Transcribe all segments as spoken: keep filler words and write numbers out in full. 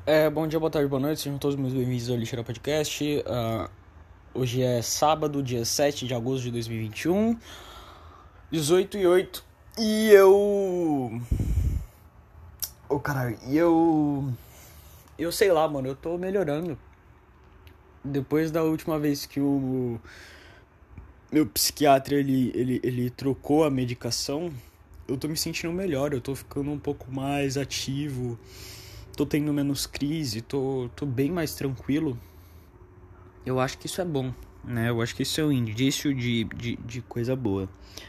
É, bom dia, boa tarde, boa noite, sejam todos muito bem-vindos ao Lixeira Podcast. Ah, hoje é sábado, dia sete de agosto de dois mil e vinte e um, dezoito e oito. E eu. Ô, caralho, e eu. Eu sei lá, mano, eu tô melhorando. Depois da última vez que o meu psiquiatra ele, ele, ele trocou a medicação, eu tô me sentindo melhor, eu tô ficando um pouco mais ativo, tô tendo menos crise, tô, tô bem mais tranquilo. Eu acho que isso é bom, né? Eu acho que isso é um indício de, de, de coisa boa.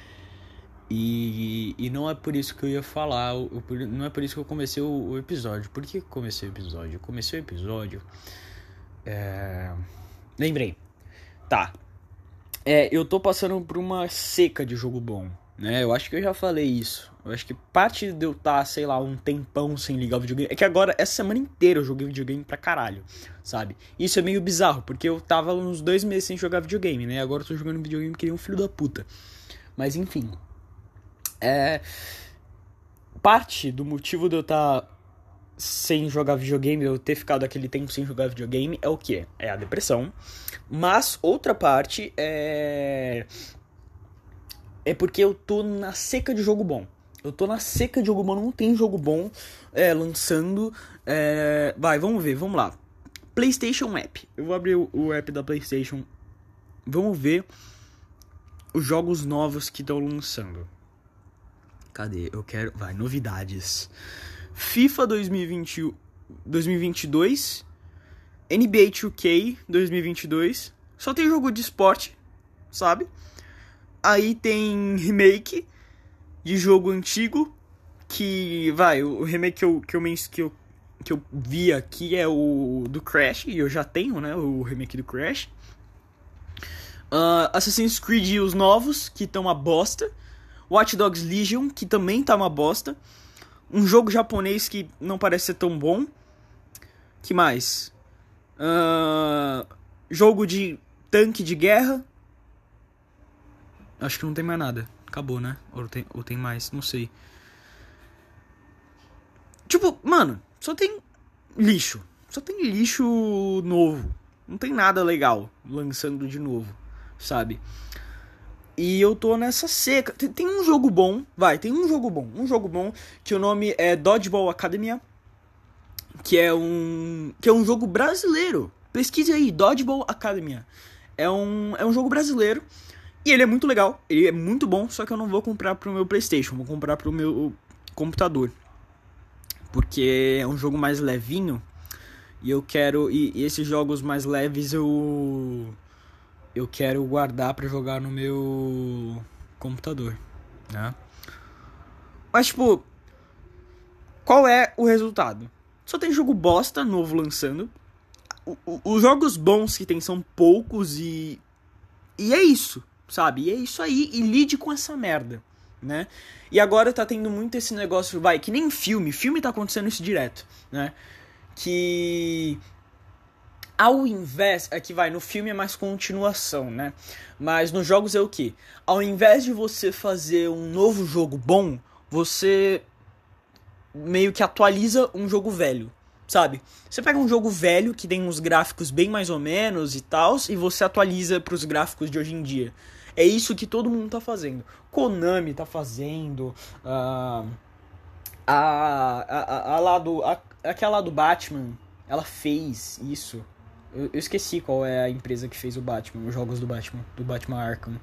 E, e não é por isso que eu ia falar, eu, não é por isso que eu comecei o, o episódio. Por que eu comecei o episódio? Eu comecei o episódio... É... Lembrei. Tá. É, eu tô passando por uma seca de jogo bom, né? Eu acho que eu já falei isso. Eu acho que parte de eu estar, sei lá, um tempão sem ligar o videogame... É que agora, essa semana inteira eu joguei videogame pra caralho, sabe? Isso é meio bizarro, porque eu tava uns dois meses sem jogar videogame, né? Agora eu tô jogando videogame que nem um filho da puta. Mas enfim... É... Parte do motivo de eu estar sem jogar videogame, eu ter ficado aquele tempo sem jogar videogame, é o quê? É a depressão. Mas outra parte é... É porque eu tô na seca de jogo bom. Eu tô na seca de jogo bom, não tem jogo bom é, lançando. É... Vai, vamos ver, vamos lá. PlayStation App. Eu vou abrir o, o app da PlayStation. Vamos ver os jogos novos que estão lançando. Cadê? Eu quero... Vai, novidades. FIFA dois mil e vinte, dois mil e vinte e dois. N B A dois K dois mil e vinte e dois. Só tem jogo de esporte, sabe? Aí tem remake de jogo antigo. Que, vai, o remake que eu, que eu, que eu, que eu vi aqui é o do Crash. E eu já tenho, né, o remake do Crash. Uh, Assassin's Creed os novos, que estão uma bosta. Watch Dogs Legion, que também tá uma bosta. Um jogo japonês que não parece ser tão bom. Que mais? Uh, jogo de tanque de guerra. Acho que não tem mais nada. Acabou, né? Ou tem, ou tem mais, não sei. Tipo, mano, só tem lixo. Só tem lixo novo. Não tem nada legal lançando de novo, sabe? E eu tô nessa seca. Tem, tem um jogo bom, vai, tem um jogo bom. Um jogo bom que o nome é Dodgeball Academia. Que é um, que é um jogo brasileiro. Pesquise aí, Dodgeball Academia. É um, é um jogo brasileiro. E ele é muito legal, ele é muito bom. Só que eu não vou comprar pro meu PlayStation, vou comprar pro meu computador. Porque é um jogo mais levinho. E eu quero. E, e esses jogos mais leves eu. Eu quero guardar pra jogar no meu computador, né? Mas, tipo, qual é o resultado? Só tem jogo bosta novo lançando. O, o, os jogos bons que tem são poucos e. E é isso, sabe? E é isso aí. E lide com essa merda, né? E agora tá tendo muito esse negócio, vai, que nem filme. Filme tá acontecendo isso direto, né? Que ao invés, aqui vai, no filme é mais continuação, né? Mas nos jogos é o que? Ao invés de você fazer um novo jogo bom, você meio que atualiza um jogo velho, sabe? Você pega um jogo velho que tem uns gráficos bem mais ou menos e tal, e você atualiza pros gráficos de hoje em dia. É isso que todo mundo tá fazendo. Konami tá fazendo, uh, a, a, a, a lá do, a, aquela lá do Batman, ela fez isso. Eu, eu esqueci qual é a empresa que fez o Batman, os jogos do Batman, do Batman Arkham.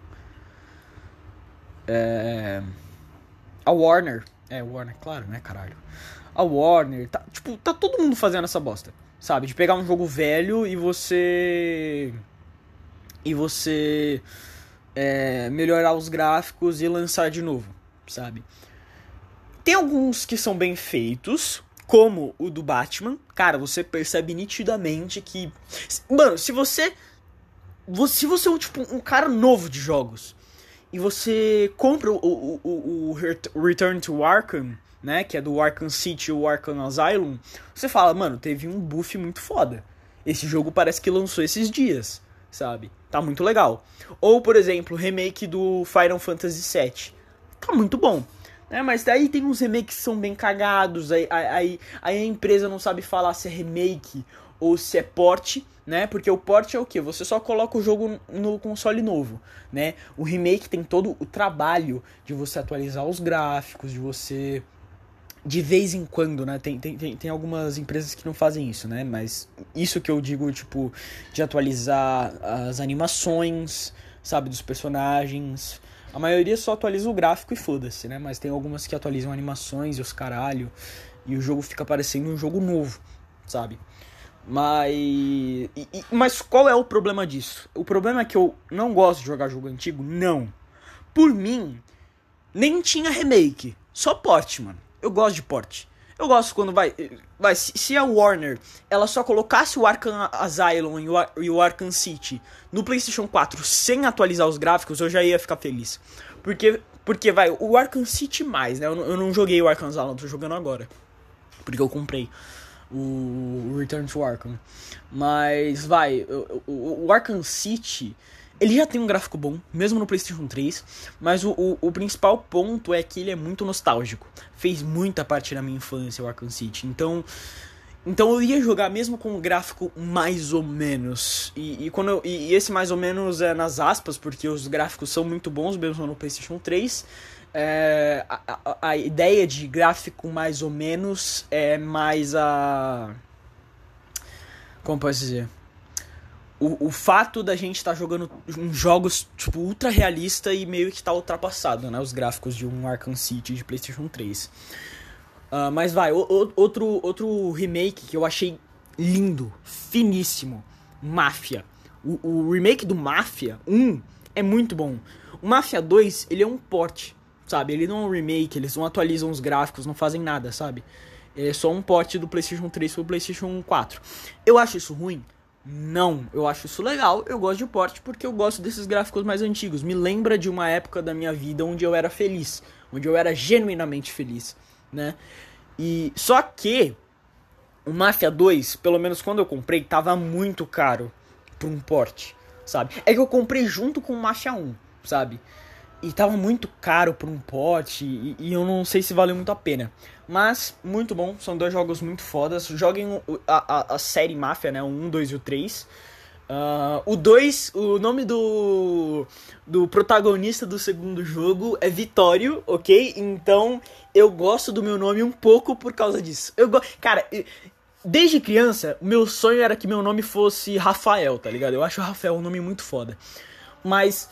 É... A Warner. É, Warner, claro, né, caralho. A Warner, tá, tipo, tá todo mundo fazendo essa bosta, sabe? De pegar um jogo velho e você... E você... É, melhorar os gráficos e lançar de novo, sabe? Tem alguns que são bem feitos, como o do Batman. Cara, você percebe nitidamente que... Mano, se você... Se você é tipo, um cara novo de jogos e você compra o, o, o, o Return to Arkham, né, que é do Arkham City e o Arkham Asylum, você fala, mano, teve um buff muito foda. Esse jogo parece que lançou esses dias, sabe? Tá muito legal. Ou, por exemplo, o remake do Final Fantasy sete. Tá muito bom. né? Mas daí tem uns remakes que são bem cagados, aí, aí, aí a empresa não sabe falar se é remake ou se é port, né? Porque o port é o quê? Você só coloca o jogo no console novo, né? O remake tem todo o trabalho de você atualizar os gráficos, de você... De vez em quando, né? Tem, tem, tem, tem algumas empresas que não fazem isso, né? Mas isso que eu digo, tipo, de atualizar as animações, sabe? Dos personagens. A maioria só atualiza o gráfico e foda-se, né? Mas tem algumas que atualizam animações e os caralho. E o jogo fica parecendo um jogo novo, sabe? Mas... E, e, mas qual é o problema disso? O problema é que eu não gosto de jogar jogo antigo? Não. Por mim, nem tinha remake. Só port, mano. Eu gosto de port. Eu gosto quando vai... vai se, se a Warner, ela só colocasse o Arkham Asylum e o, Ar, e o Arkham City no PlayStation quatro sem atualizar os gráficos, eu já ia ficar feliz. Porque, porque vai, o Arkham City mais, né? Eu, eu não joguei o Arkham Asylum, tô jogando agora. Porque eu comprei o Return to Arkham. Mas, vai, o, o, o Arkham City... Ele já tem um gráfico bom, mesmo no PlayStation três, mas o, o, o principal ponto é que ele é muito nostálgico. Fez muita parte da minha infância o Arkham City, então, então eu ia jogar mesmo com um gráfico mais ou menos. E, e, quando eu, e, e esse mais ou menos é nas aspas, porque os gráficos são muito bons mesmo no PlayStation três. É, a, a, a ideia de gráfico mais ou menos é mais a... Como posso dizer? O, o fato da gente estar tá jogando uns jogos, tipo, ultra realista e meio que tá ultrapassado, né? Os gráficos de um Arkham City de PlayStation três. Uh, mas vai, o, o, outro, outro remake que eu achei lindo, finíssimo. Máfia. O, o remake do Máfia um é muito bom. O Máfia dois, ele é um port, sabe? Ele não é um remake, eles não atualizam os gráficos, não fazem nada, sabe? É só um port do PlayStation três pro PlayStation quatro. Eu acho isso ruim? Não, eu acho isso legal, eu gosto de port porque eu gosto desses gráficos mais antigos. Me lembra de uma época da minha vida onde eu era feliz, onde eu era genuinamente feliz, né? E só que o Mafia dois, pelo menos quando eu comprei, tava muito caro pra um port, sabe? É que eu comprei junto com o Mafia um, sabe? E tava muito caro pra um port e, e eu não sei se valeu muito a pena. Mas, muito bom, são dois jogos muito fodas. Joguem a, a, a série Máfia, né? O um, dois e o três. Uh, o dois, o nome do, do protagonista do segundo jogo é Vitório, ok? Então, eu gosto do meu nome um pouco por causa disso. Eu go... Cara, desde criança, o meu sonho era que meu nome fosse Rafael, tá ligado? Eu acho o Rafael um nome muito foda. Mas...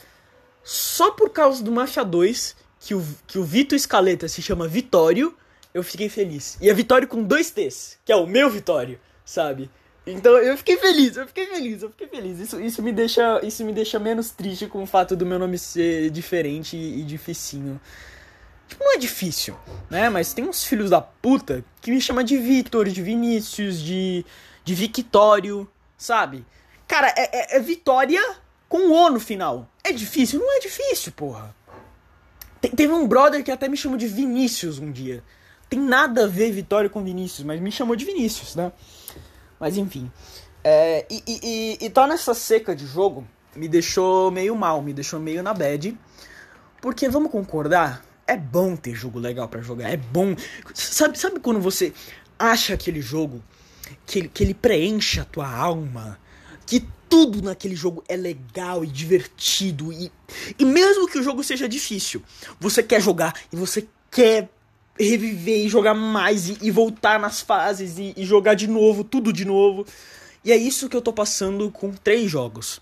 Só por causa do Mafia dois, que o, que o Vitor Scaletta se chama Vitório, eu fiquei feliz. E é Vitório com dois T's, que é o meu Vitório, sabe? Então eu fiquei feliz, eu fiquei feliz, eu fiquei feliz. Isso, isso, me, deixa, isso me deixa menos triste com o fato do meu nome ser diferente e, e dificinho. Tipo, não é difícil, né? Mas tem uns filhos da puta que me chamam de Vitor, de Vinícius, de, de Victório, sabe? Cara, é, é, é Vitória com O no final. É difícil? Não é difícil, porra. Te, teve um brother que até me chamou de Vinícius um dia. Tem nada a ver Vitória com Vinícius, mas me chamou de Vinícius, né? Mas enfim. É, e, e, e, e tá nessa seca de jogo me deixou meio mal, me deixou meio na bad. Porque, vamos concordar, é bom ter jogo legal pra jogar, é bom. Sabe, sabe quando você acha aquele jogo que ele, que ele preenche a tua alma? Que tudo naquele jogo é legal e divertido. E, e mesmo que o jogo seja difícil, você quer jogar e você quer reviver e jogar mais e, e voltar nas fases e, e jogar de novo, tudo de novo. E é isso que eu tô passando com três jogos.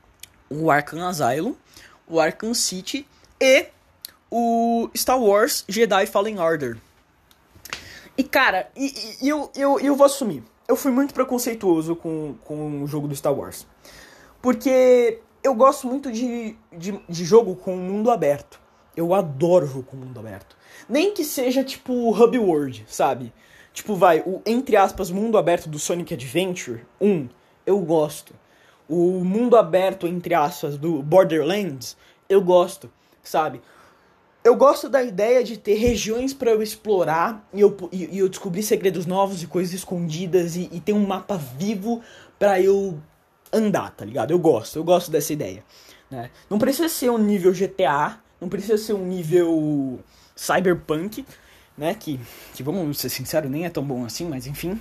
O Arkham Asylum, o Arkham City e o Star Wars Jedi Fallen Order. E cara, e, e eu, eu, eu vou assumir. Eu fui muito preconceituoso com, com o jogo do Star Wars. Porque eu gosto muito de, de, de jogo com mundo aberto. Eu adoro jogo com mundo aberto. Nem que seja tipo Hub World, sabe? Tipo, vai, o entre aspas mundo aberto do Sonic Adventure um, eu gosto. O mundo aberto, entre aspas, do Borderlands, eu gosto, sabe? Eu gosto da ideia de ter regiões pra eu explorar e eu, e, e eu descobrir segredos novos e coisas escondidas e, e ter um mapa vivo pra eu andar, tá ligado? Eu gosto, eu gosto dessa ideia, né? Não precisa ser um nível G T A, não precisa ser um nível Cyberpunk, né, que, que vamos ser sinceros, nem é tão bom assim, mas enfim.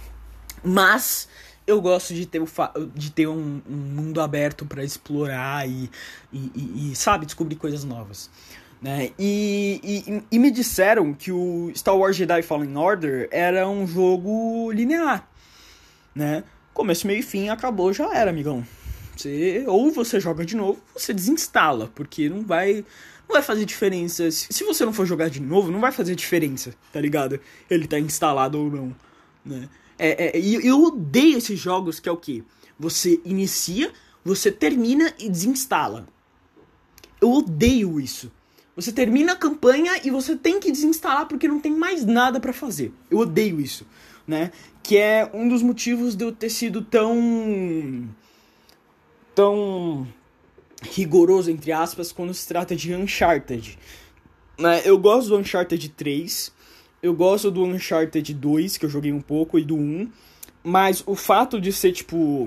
Mas eu gosto de ter, o fa- de ter um, um mundo aberto pra explorar e, e, e, e, sabe, descobrir coisas novas. Né? E, e, e me disseram que o Star Wars Jedi Fallen Order era um jogo linear. Né? Começo, meio e fim, acabou, já era, amigão. Você, ou você joga de novo, ou você desinstala, porque não vai, não vai fazer diferença. Se, se você não for jogar de novo, não vai fazer diferença, tá ligado? Ele tá instalado ou não, né? É, é, e eu odeio esses jogos que é o quê? Você inicia, você termina e desinstala. Eu odeio isso. Você termina a campanha e você tem que desinstalar porque não tem mais nada pra fazer. Eu odeio isso, né? Que é um dos motivos de eu ter sido tão... tão rigoroso, entre aspas, quando se trata de Uncharted. Né? Eu gosto do Uncharted três... Eu gosto do Uncharted dois, que eu joguei um pouco, e do um. Mas o fato de ser, tipo...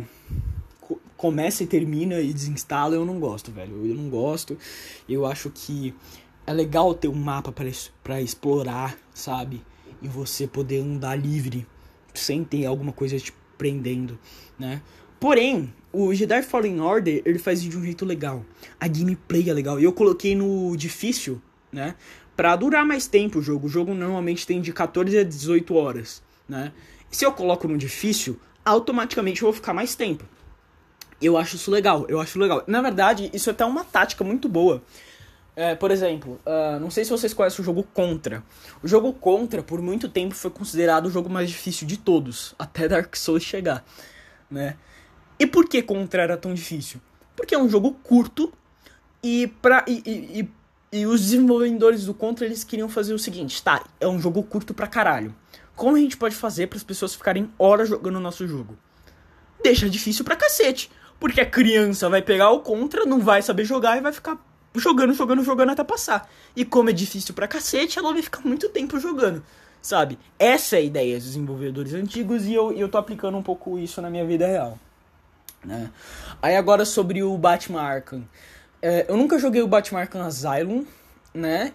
começa e termina e desinstala, eu não gosto, velho. Eu não gosto. Eu acho que é legal ter um mapa pra, pra explorar, sabe? E você poder andar livre, sem ter alguma coisa te prendendo, né? Porém, o Jedi Fallen Order, ele faz de um jeito legal. A gameplay é legal. E eu coloquei no difícil, né? Pra durar mais tempo o jogo. O jogo normalmente tem de quatorze a dezoito horas, né? Se eu coloco no difícil, automaticamente eu vou ficar mais tempo. Eu acho isso legal, eu acho legal. Na verdade, isso é até uma tática muito boa. É, por exemplo, uh, não sei se vocês conhecem o jogo Contra. O jogo Contra, por muito tempo, foi considerado o jogo mais difícil de todos, até Dark Souls chegar, né? E por que Contra era tão difícil? Porque é um jogo curto e, pra, e, e, e E os desenvolvedores do Contra, eles queriam fazer o seguinte, tá, é um jogo curto pra caralho. Como a gente pode fazer para as pessoas ficarem horas jogando o nosso jogo? Deixa difícil pra cacete. Porque a criança vai pegar o Contra, não vai saber jogar e vai ficar jogando, jogando, jogando até passar. E como é difícil pra cacete, ela vai ficar muito tempo jogando, sabe? Essa é a ideia dos desenvolvedores antigos e eu, eu tô aplicando um pouco isso na minha vida real, né? Aí agora sobre o Batman Arkham. É, eu nunca joguei o Batman Arkham Asylum, né,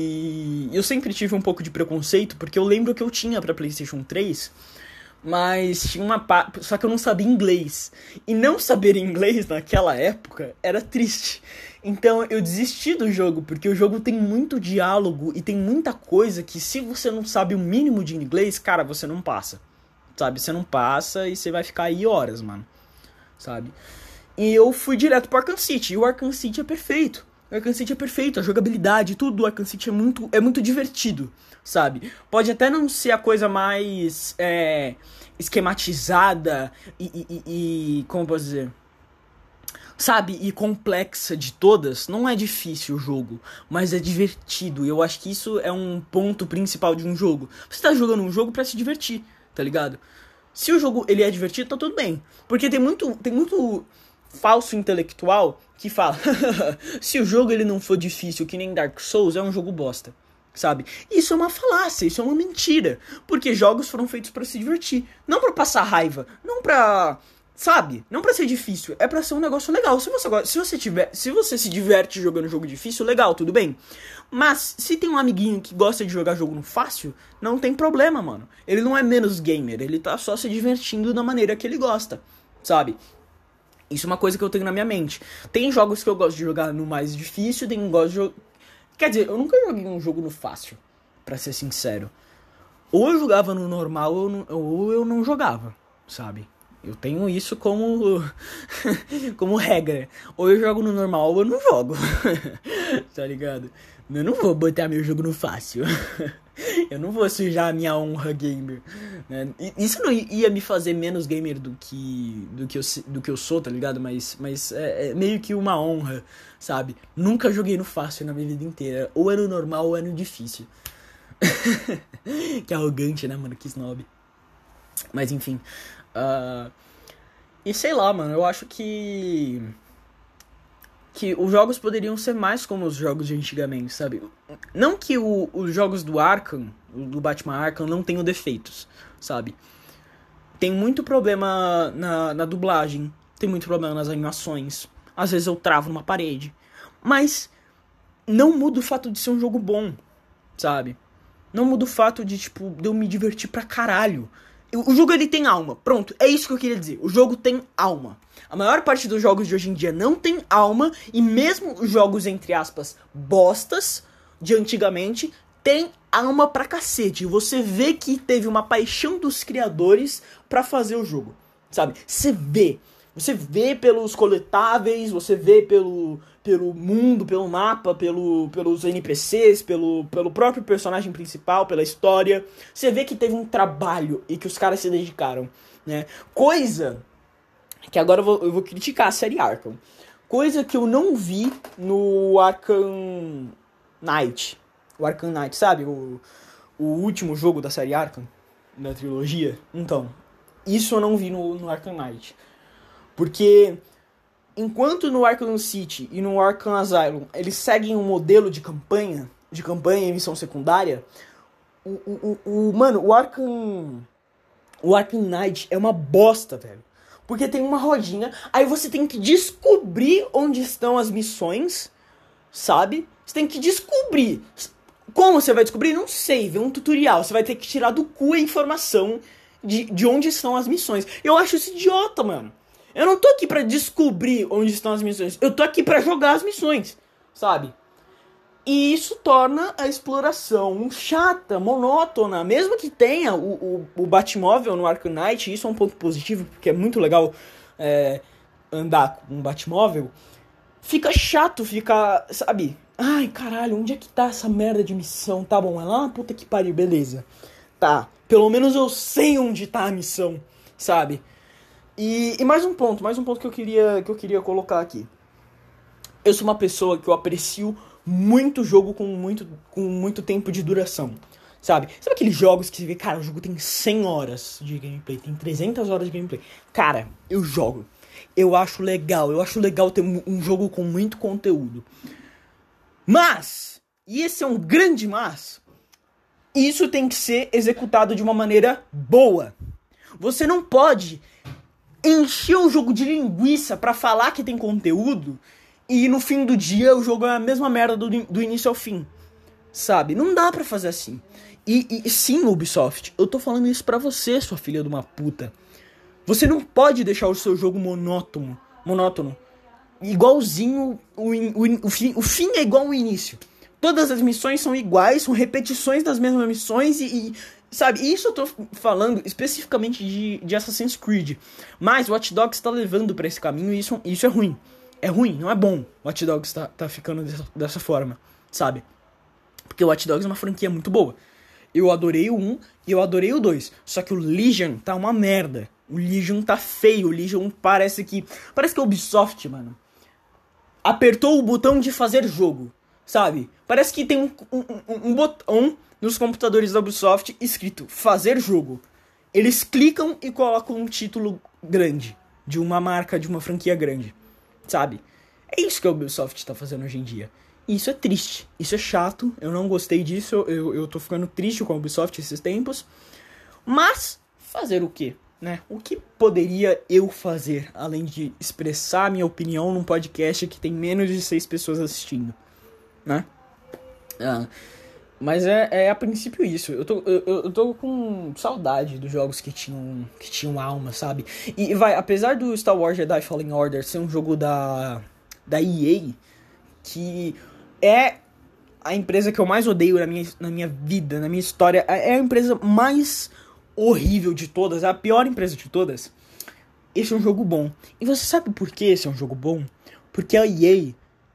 e eu sempre tive um pouco de preconceito, porque eu lembro que eu tinha pra PlayStation três, mas tinha uma pa... só que eu não sabia inglês, e não saber inglês naquela época era triste, então eu desisti do jogo, porque o jogo tem muito diálogo e tem muita coisa que se você não sabe o mínimo de inglês, cara, você não passa, sabe, você não passa e você vai ficar aí horas, mano, sabe. E eu fui direto pro Arkham City. E o Arkham City é perfeito. O Arkham City é perfeito. A jogabilidade, tudo do Arkham City é muito, é muito divertido, sabe? Pode até não ser a coisa mais é, esquematizada e, e, e... como eu posso dizer? Sabe? E complexa de todas. Não é difícil o jogo, mas é divertido. E eu acho que isso é um ponto principal de um jogo. Você tá jogando um jogo pra se divertir, tá ligado? Se o jogo ele é divertido, tá tudo bem. Porque tem muito... Tem muito falso intelectual que fala se o jogo ele não for difícil que nem Dark Souls, é um jogo bosta, sabe? Isso é uma falácia, isso é uma mentira, porque jogos foram feitos pra se divertir, não pra passar raiva, não pra, sabe? Não pra ser difícil, é pra ser um negócio legal. Se você gosta, se você tiver, se você se diverte jogando jogo difícil, legal, tudo bem. Mas se tem um amiguinho que gosta de jogar jogo no fácil, não tem problema, mano. Ele não é menos gamer, ele tá só se divertindo da maneira que ele gosta, sabe? Isso é uma coisa que eu tenho na minha mente. Tem jogos que eu gosto de jogar no mais difícil, tem gosto de jogar... Quer dizer, eu nunca joguei um jogo no fácil, pra ser sincero. Ou eu jogava no normal, ou, não, ou eu não jogava, sabe? Eu tenho isso como... como regra. Ou eu jogo no normal, ou eu não jogo. Tá ligado? Eu não vou botar meu jogo no fácil. Eu não vou sujar a minha honra gamer, né? Isso não ia me fazer menos gamer do que, do que, eu, do que eu sou, tá ligado? Mas, mas é, é meio que uma honra, sabe? Nunca joguei no fácil na minha vida inteira. Ou é no normal ou é no difícil. Que arrogante, né, mano? Que snob. Mas enfim. Uh... E sei lá, mano. Eu acho que... que os jogos poderiam ser mais como os jogos de antigamente, sabe? Não que o, os jogos do Arkham, do Batman Arkham, não tenham defeitos, sabe? Tem muito problema na, na dublagem, tem muito problema nas animações, às vezes eu travo numa parede, mas não muda o fato de ser um jogo bom, sabe? Não muda o fato de, tipo, de eu me divertir pra caralho. O jogo, ele tem alma. Pronto, é isso que eu queria dizer. O jogo tem alma. A maior parte dos jogos de hoje em dia não tem alma. E mesmo os jogos, entre aspas, bostas de antigamente, tem alma pra cacete. Você vê que teve uma paixão dos criadores pra fazer o jogo, sabe? Você vê. Você vê pelos coletáveis, você vê pelo, pelo mundo, pelo mapa, pelo, pelos N P Cs, pelo, pelo próprio personagem principal, pela história. Você vê que teve um trabalho e que os caras se dedicaram, né? Coisa que agora eu vou, eu vou criticar a série Arkham. Coisa que eu não vi no Arkham Knight. O Arkham Knight, sabe? O, o último jogo da série Arkham, da trilogia. Então, isso eu não vi no, no Arkham Knight. Porque enquanto no Arkham City e no Arkham Asylum eles seguem um modelo de campanha, de campanha e missão secundária, o, o, o, o mano, o Arkham, o Arkham Knight é uma bosta, velho. Porque tem uma rodinha, aí você tem que descobrir onde estão as missões, sabe? Você tem que descobrir. Como você vai descobrir? Não sei, vê um tutorial. Você vai ter que tirar do cu a informação de, de onde estão as missões. Eu acho isso idiota, mano. Eu não tô aqui pra descobrir onde estão as missões. Eu tô aqui pra jogar as missões, sabe? E isso torna a exploração chata, monótona. Mesmo que tenha o, o, o Batmóvel no Arkham Knight, isso é um ponto positivo, porque é muito legal é, andar com um Batmóvel. Fica chato, fica, sabe? Ai, caralho, onde é que tá essa merda de missão? Tá bom, é lá, puta que pariu, beleza. Tá, pelo menos eu sei onde tá a missão, sabe? E, e mais um ponto, mais um ponto que eu queria, que eu queria colocar aqui. Eu sou uma pessoa que eu aprecio muito jogo com muito, com muito tempo de duração, sabe? Sabe aqueles jogos que você vê, cara, o jogo tem cem horas de gameplay, tem trezentas horas de gameplay. Cara, eu jogo. Eu acho legal, eu acho legal ter um, um jogo com muito conteúdo. Mas, e esse é um grande mas, isso tem que ser executado de uma maneira boa. Você não pode encher o jogo de linguiça pra falar que tem conteúdo e no fim do dia o jogo é a mesma merda do, do início ao fim, sabe? Não dá pra fazer assim. E, e sim, Ubisoft, eu tô falando isso pra você, sua filha de uma puta. Você não pode deixar o seu jogo monótono, monótono. Igualzinho, o, o, o, fim, o fim é igual ao início. Todas as missões são iguais, são repetições das mesmas missões e... e sabe, isso eu tô falando especificamente de, de Assassin's Creed. Mas o Watch Dogs tá levando pra esse caminho e isso, isso é ruim. É ruim, não é bom o Watch Dogs tá, tá ficando dessa, dessa forma, sabe? Porque o Watch Dogs é uma franquia muito boa. Eu adorei o um e eu adorei o dois. Só que o Legion tá uma merda. O Legion tá feio. O Legion parece que... Parece que a Ubisoft, mano, apertou o botão de fazer jogo, sabe? Parece que tem um, um, um, um botão nos computadores da Ubisoft escrito fazer jogo. Eles clicam e colocam um título grande de uma marca, de uma franquia grande, sabe? É isso que a Ubisoft tá fazendo hoje em dia. E isso é triste, isso é chato, eu não gostei disso, eu, eu tô ficando triste com a Ubisoft esses tempos. Mas, fazer o quê, né? O que poderia eu fazer, além de expressar minha opinião num podcast que tem menos de seis pessoas assistindo, né? Ah... Mas é, é a princípio isso. Eu tô, eu, eu tô com saudade dos jogos que tinham, que tinham alma, sabe? E vai, apesar do Star Wars Jedi Fallen Order ser um jogo da, da E A, que é a empresa que eu mais odeio na minha, na minha vida, na minha história, é a empresa mais horrível de todas, é a pior empresa de todas. Esse é um jogo bom. E você sabe por que esse é um jogo bom? Porque a E A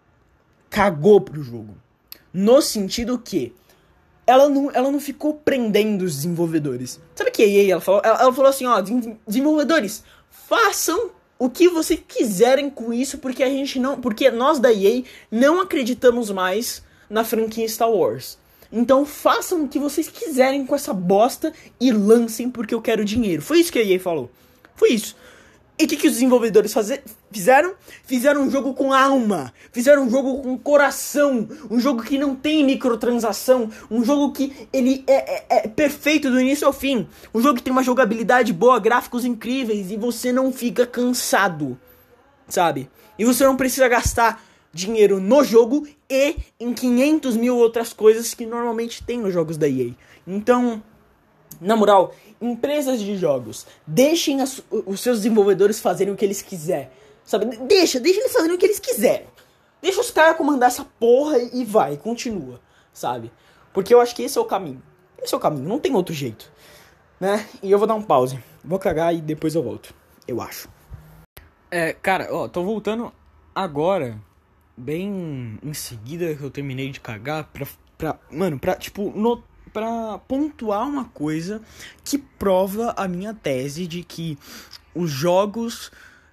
cagou pro jogo. No sentido que Ela não, ela não ficou prendendo os desenvolvedores. Sabe o que a E A ela falou? Ela, ela falou assim, ó, desenvolvedores, façam o que vocês quiserem com isso, porque a gente não, porque nós da E A não acreditamos mais na franquia Star Wars. Então façam o que vocês quiserem com essa bosta e lancem porque eu quero dinheiro. Foi isso que a E A falou. Foi isso. E o que, que os desenvolvedores fazer, fizeram? Fizeram um jogo com alma. Fizeram um jogo com coração. Um jogo que não tem microtransação. Um jogo que ele é, é, é perfeito do início ao fim. Um jogo que tem uma jogabilidade boa, gráficos incríveis. E você não fica cansado, sabe? E você não precisa gastar dinheiro no jogo e em quinhentos mil outras coisas que normalmente tem nos jogos da E A. Então, na moral, empresas de jogos, deixem as, os seus desenvolvedores fazerem o que eles quiserem, sabe? Deixa, deixa eles fazerem o que eles quiserem. Deixa os caras comandar essa porra e vai, continua, sabe? Porque eu acho que esse é o caminho. Esse é o caminho, não tem outro jeito, né? E eu vou dar um pause. Vou cagar e depois eu volto, eu acho. É, cara, ó, tô voltando agora, bem em seguida que eu terminei de cagar, pra, pra mano, pra, tipo, no, pra pontuar uma coisa que prova a minha tese de que os jogos,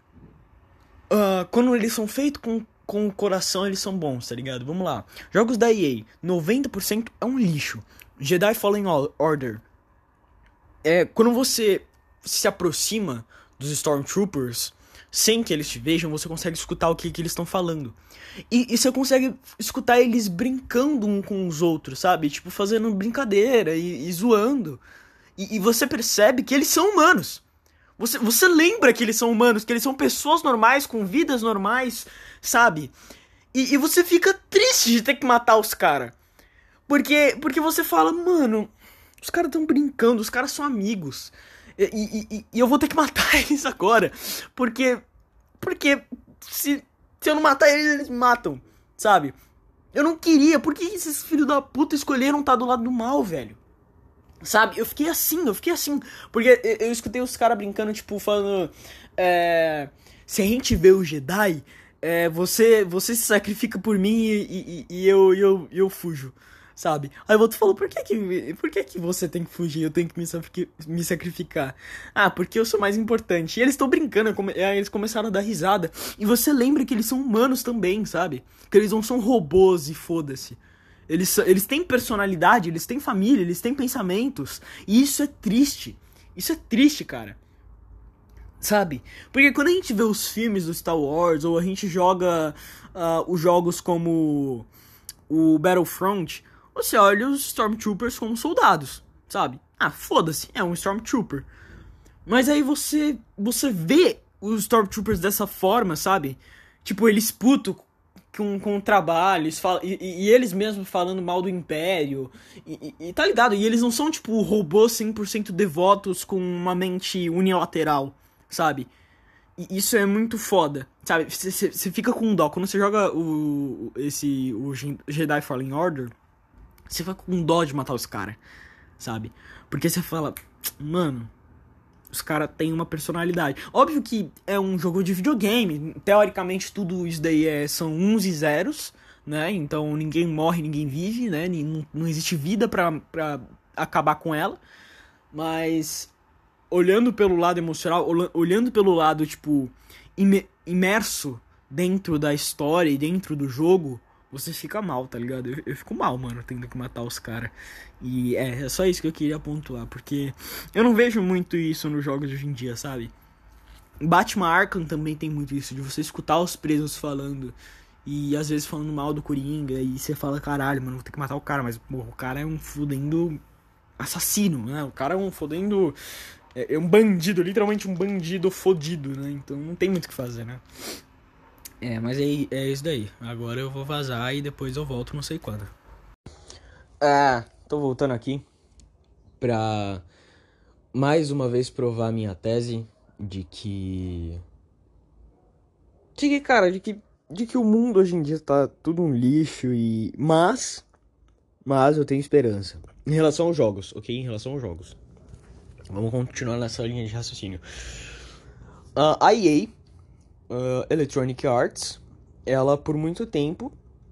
uh, quando eles são feitos com, com o coração, eles são bons, tá ligado? Vamos lá. Jogos da E A, noventa por cento é um lixo. Jedi Fallen Order. É, quando você se aproxima dos Stormtroopers, sem que eles te vejam, você consegue escutar o que, que eles estão falando. E, e você consegue escutar eles brincando um com os outros, sabe? Tipo, fazendo brincadeira e, e zoando. E, e você percebe que eles são humanos. Você, você lembra que eles são humanos, que eles são pessoas normais, com vidas normais, sabe? E, e você fica triste de ter que matar os caras. Porque, porque você fala, mano, os caras estão brincando, os caras são amigos. E, e, e, e eu vou ter que matar eles agora. Porque, porque se, se eu não matar eles, eles me matam, sabe? Eu não queria, por que esses filhos da puta escolheram estar do lado do mal, velho? Sabe, eu fiquei assim, eu fiquei assim. Porque eu, eu escutei os caras brincando, tipo, falando, é, se a gente vê o Jedi, é, você, você se sacrifica por mim e, e, e eu, eu, eu fujo, sabe? Aí o outro falou, por que que, por que que você tem que fugir, eu tenho que me, me sacrificar? Ah, porque eu sou mais importante. E eles estão brincando, aí eles começaram a dar risada. E você lembra que eles são humanos também, sabe? Que eles não são robôs e foda-se. Eles, eles têm personalidade, eles têm família, eles têm pensamentos. E isso é triste. Isso é triste, cara. Sabe? Porque quando a gente vê os filmes do Star Wars, ou a gente joga uh, os jogos como o Battlefront, você olha os Stormtroopers como soldados, sabe? Ah, foda-se, é um Stormtrooper. Mas aí você, você vê os Stormtroopers dessa forma, sabe? Tipo, eles puto com, com o trabalho, eles falam, e, e eles mesmos falando mal do Império, e, e, e tá ligado? E eles não são, tipo, robôs cem por cento devotos com uma mente unilateral, sabe? E isso é muito foda, sabe? Você fica com dó. Quando você joga o, esse, o Jedi Fallen Order, você fica com dó de matar os caras, sabe? Porque você fala, mano, os caras têm uma personalidade. Óbvio que é um jogo de videogame. Teoricamente, tudo isso daí é, são uns e zeros, né? Então, ninguém morre, ninguém vive, né? Não, não existe vida pra, pra acabar com ela. Mas, olhando pelo lado emocional, olhando pelo lado, tipo, imerso dentro da história e dentro do jogo, você fica mal, tá ligado? Eu, eu fico mal, mano, tendo que matar os caras. E é, é só isso que eu queria pontuar, porque eu não vejo muito isso nos jogos de hoje em dia, sabe? Batman Arkham também tem muito isso, de você escutar os presos falando, e às vezes falando mal do Coringa, e você fala, caralho, mano, vou ter que matar o cara, mas porra, o cara é um fudendo assassino, né? O cara é um fodendo... É, é um bandido, literalmente um bandido fodido, né? Então não tem muito o que fazer, né? É, mas é, é isso daí. Agora eu vou vazar e depois eu volto não sei quando. Ah, tô voltando aqui pra mais uma vez provar minha tese de que... De que, cara, de que, de que o mundo hoje em dia tá tudo um lixo e... Mas... Mas eu tenho esperança. Em relação aos jogos, ok? Em relação aos jogos. Vamos continuar nessa linha de raciocínio. Uh, a E A... Uh, Electronic Arts, ela por muito tempo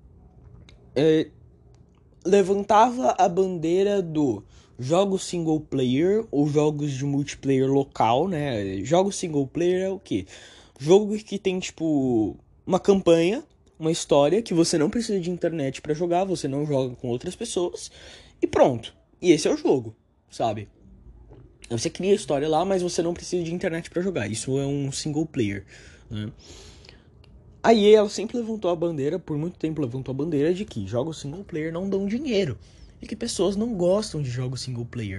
é, levantava a bandeira do jogos single player ou jogos de multiplayer local, né? Jogos single player é o quê? Jogos que tem tipo uma campanha, uma história que você não precisa de internet pra jogar, você não joga com outras pessoas e pronto. E esse é o jogo, sabe? Você cria a história lá, mas você não precisa de internet pra jogar. Isso é um single player. Né? A E A ela sempre levantou a bandeira, por muito tempo levantou a bandeira de que jogos single player não dão dinheiro e que pessoas não gostam de jogos single player.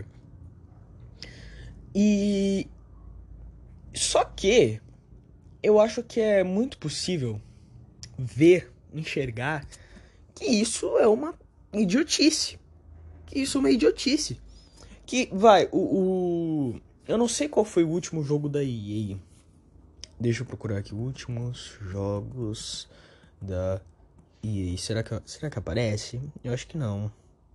E só que eu acho que é muito possível ver enxergar que isso é uma idiotice. Que isso é uma idiotice. Que, vai, o, o... Eu não sei qual foi o último jogo da E A. Deixa eu procurar aqui. Últimos jogos da E A. Será que, será que aparece? Eu acho que não.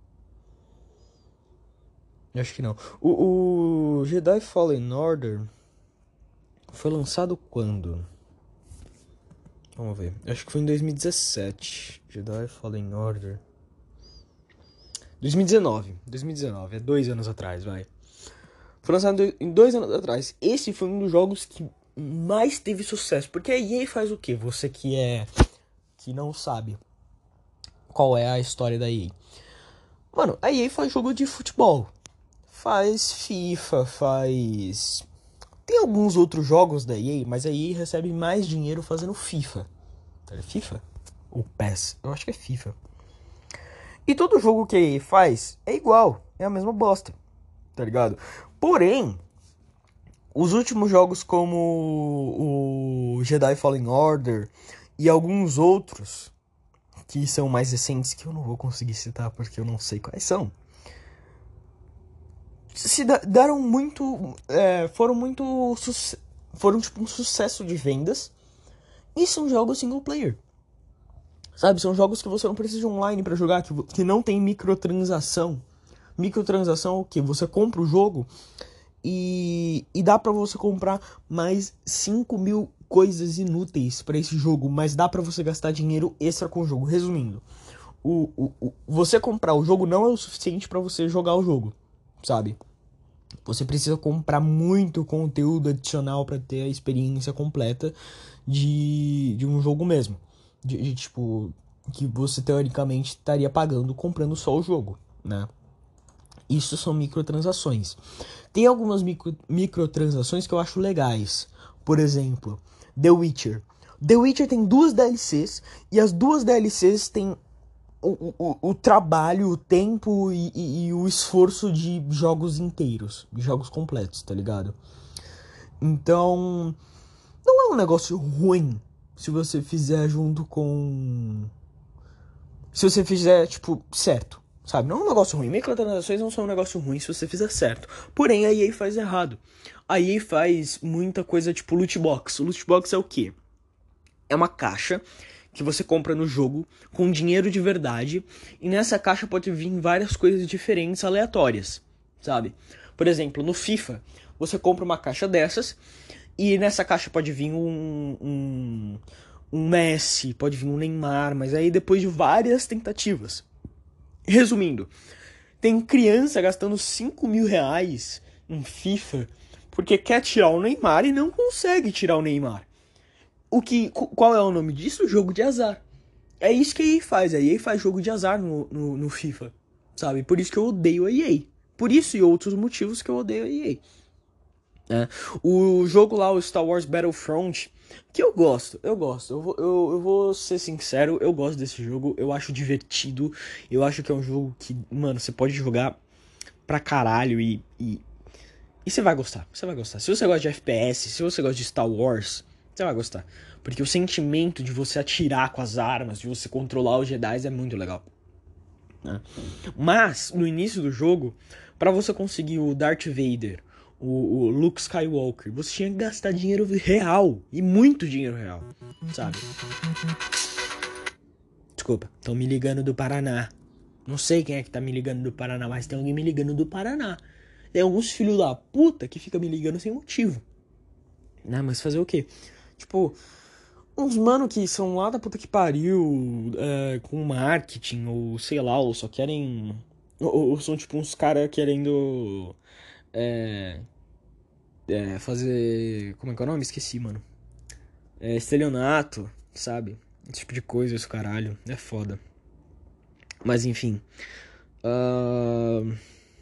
Eu acho que não. O, o Jedi Fallen Order foi lançado quando? Vamos ver. Eu acho que foi em dois mil e dezessete. Jedi Fallen Order. dois mil e dezenove. dois mil e dezenove. É dois anos atrás, vai. Foi lançado em dois anos atrás. Esse foi um dos jogos que mais teve sucesso. Porque a E A faz o quê? Você que é... que não sabe qual é a história da E A. Mano, a E A faz jogo de futebol. Faz FIFA, faz... Tem alguns outros jogos da E A, mas a E A recebe mais dinheiro fazendo FIFA. É FIFA? Ou P E S? Eu acho que é FIFA. E todo jogo que a E A faz é igual. É a mesma bosta. Tá ligado? Porém, os últimos jogos como o Jedi Fallen Order e alguns outros que são mais recentes, que eu não vou conseguir citar porque eu não sei quais são, se deram muito, é, foram muito, foram tipo um sucesso de vendas, e são jogos single player, sabe, são jogos que você não precisa de online pra jogar, que, que não tem microtransação. Microtransação é o que? Você compra o jogo e, e dá pra você comprar mais cinco mil coisas inúteis pra esse jogo, mas dá pra você gastar dinheiro extra com o jogo. Resumindo, o, o, o, você comprar o jogo não é o suficiente pra você jogar o jogo, sabe? Você precisa comprar muito conteúdo adicional pra ter a experiência completa de, de um jogo mesmo. De, de tipo, que você teoricamente estaria pagando comprando só o jogo, né? Isso são microtransações. Tem algumas micro, microtransações que eu acho legais. Por exemplo, The Witcher. The Witcher tem duas D L Cs e as duas D L Cs têm o, o, o trabalho, o tempo e, e, e o esforço de jogos inteiros, de jogos completos, tá ligado? Então, não é um negócio ruim se você fizer junto com... Se você fizer, tipo, certo. Sabe, não é um negócio ruim. Microtransações não são um negócio ruim se você fizer certo. Porém, a E A faz errado. A E A faz muita coisa tipo loot box. O loot box é o quê? É uma caixa que você compra no jogo com dinheiro de verdade. E nessa caixa pode vir várias coisas diferentes, aleatórias. Sabe? Por exemplo, no FIFA, você compra uma caixa dessas. E nessa caixa pode vir um... um, um Messi, pode vir um Neymar. Mas aí depois de várias tentativas... Resumindo, tem criança gastando cinco mil reais em FIFA porque quer tirar o Neymar e não consegue tirar o Neymar. O que, qual é o nome disso? Jogo de azar. É isso que a E A faz. A E A faz jogo de azar no, no, no FIFA, sabe? Por isso que eu odeio a E A. Por isso e outros motivos que eu odeio a E A. É. O jogo lá, o Star Wars Battlefront, que eu gosto, eu gosto, eu vou, eu, eu vou ser sincero, eu gosto desse jogo, eu acho divertido, eu acho que é um jogo que, mano, você pode jogar pra caralho e, e, e você vai gostar, você vai gostar. Se você gosta de F P S, se você gosta de Star Wars, você vai gostar, porque o sentimento de você atirar com as armas, de você controlar os Jedi é muito legal, né? Mas, no início do jogo, pra você conseguir o Darth Vader, O, o Luke Skywalker, você tinha que gastar dinheiro real, e muito dinheiro real, sabe? Desculpa, estão me ligando do Paraná. Não sei quem é que tá me ligando do Paraná, mas tem alguém me ligando do Paraná. Tem alguns filhos da puta que ficam me ligando sem motivo, né? Mas fazer o quê? Tipo, uns mano que são lá da puta que pariu, é, com marketing, ou sei lá, ou só querem... Ou, ou são tipo uns caras querendo... É... É, fazer... Como é que é o nome? Esqueci, mano. É, estelionato, sabe? Esse tipo de coisa, esse caralho. É foda. Mas, enfim. Uh...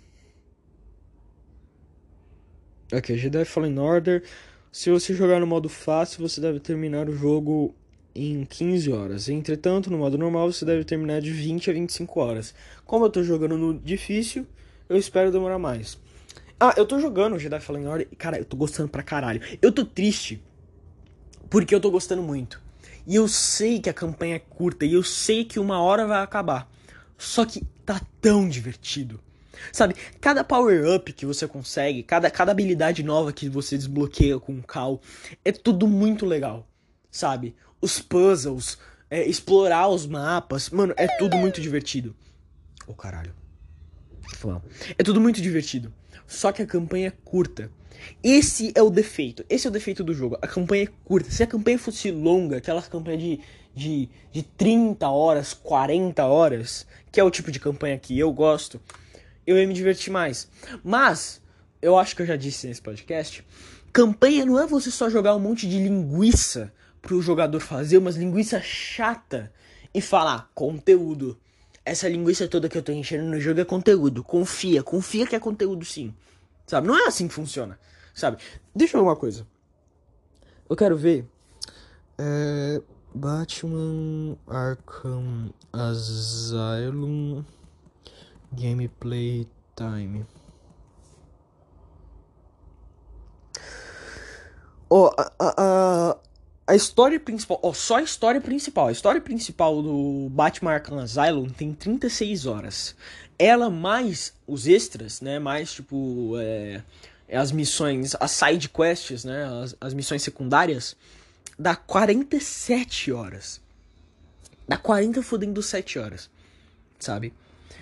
Ok, Jedi Fallen Order. Se você jogar no modo fácil, você deve terminar o jogo em quinze horas. Entretanto, no modo normal, você deve terminar de vinte a vinte e cinco horas. Como eu tô jogando no difícil, eu espero demorar mais. Ah, eu tô jogando Jedi Fallen Order e, cara, eu tô gostando pra caralho. Eu tô triste porque eu tô gostando muito. E eu sei que a campanha é curta, e eu sei que uma hora vai acabar. Só que tá tão divertido. Sabe, cada power-up que você consegue, cada, cada habilidade nova que você desbloqueia com o Cal, é tudo muito legal, sabe? Os puzzles, é, explorar os mapas, mano, é tudo muito divertido. Oh, caralho. É tudo muito divertido. Só que a campanha é curta. Esse é o defeito. Esse é o defeito do jogo. A campanha é curta. Se a campanha fosse longa, aquela campanha de, de, de trinta horas, quarenta horas, que é o tipo de campanha que eu gosto, eu ia me divertir mais. Mas, eu acho que eu já disse nesse podcast, campanha não é você só jogar um monte de linguiça pro jogador fazer, umas linguiça chata e falar, conteúdo. Essa linguiça toda que eu tô enchendo no jogo é conteúdo. Confia, confia que é conteúdo sim. Sabe? Não é assim que funciona. Sabe? Deixa eu ver uma coisa. Eu quero ver. É. Batman Arkham Asylum Gameplay Time. Ó, oh, a, a, a, a história principal. Ó, oh, só a história principal. A história principal do Batman Arkham Asylum tem trinta e seis horas. Ela mais os extras, né? Mais tipo. É, as missões, as side quests, né? As, as missões secundárias. Dá quarenta e sete horas. Dá quarenta fodendo sete horas. Sabe?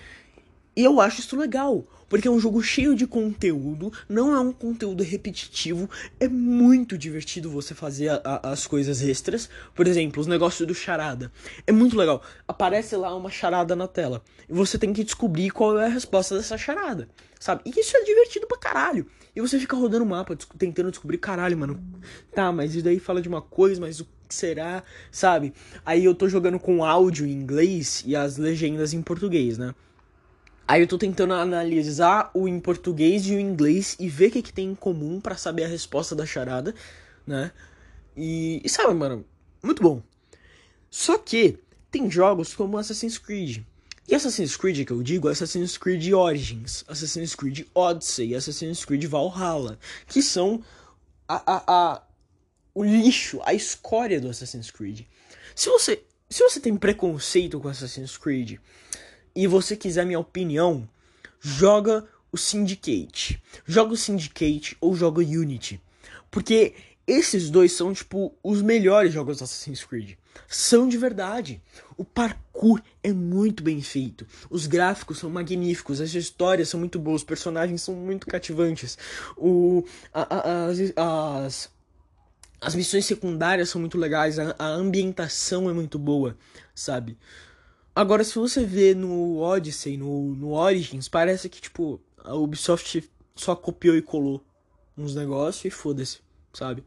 E eu acho isso legal, porque é um jogo cheio de conteúdo, não é um conteúdo repetitivo, é muito divertido você fazer a, a, as coisas extras. Por exemplo, os negócios do charada. É muito legal. Aparece lá uma charada na tela, e você tem que descobrir qual é a resposta dessa charada, sabe? E isso é divertido pra caralho. E você fica rodando o mapa, tentando descobrir, caralho, mano, tá, mas isso daí fala de uma coisa, mas o que será, sabe? Aí eu tô jogando com áudio em inglês e as legendas em português, né? Aí eu tô tentando analisar o em português e o inglês e ver o que, que tem em comum pra saber a resposta da charada, né? E, e sabe, mano, muito bom. Só que tem jogos como Assassin's Creed. E Assassin's Creed que eu digo é Assassin's Creed Origins, Assassin's Creed Odyssey, Assassin's Creed Valhalla, que são a, a, a, o lixo, a escória do Assassin's Creed. Se você, se você tem preconceito com Assassin's Creed e você quiser minha opinião, joga o Syndicate. Joga o Syndicate ou joga o Unity. Porque esses dois são, tipo, os melhores jogos do Assassin's Creed. São de verdade. O parkour é muito bem feito. Os gráficos são magníficos. As histórias são muito boas. Os personagens são muito cativantes. O, a, a, as, as, as missões secundárias são muito legais. A, a ambientação é muito boa, sabe? Agora, se você vê no Odyssey, no, no Origins, parece que, tipo, a Ubisoft só copiou e colou uns negócios e foda-se, sabe?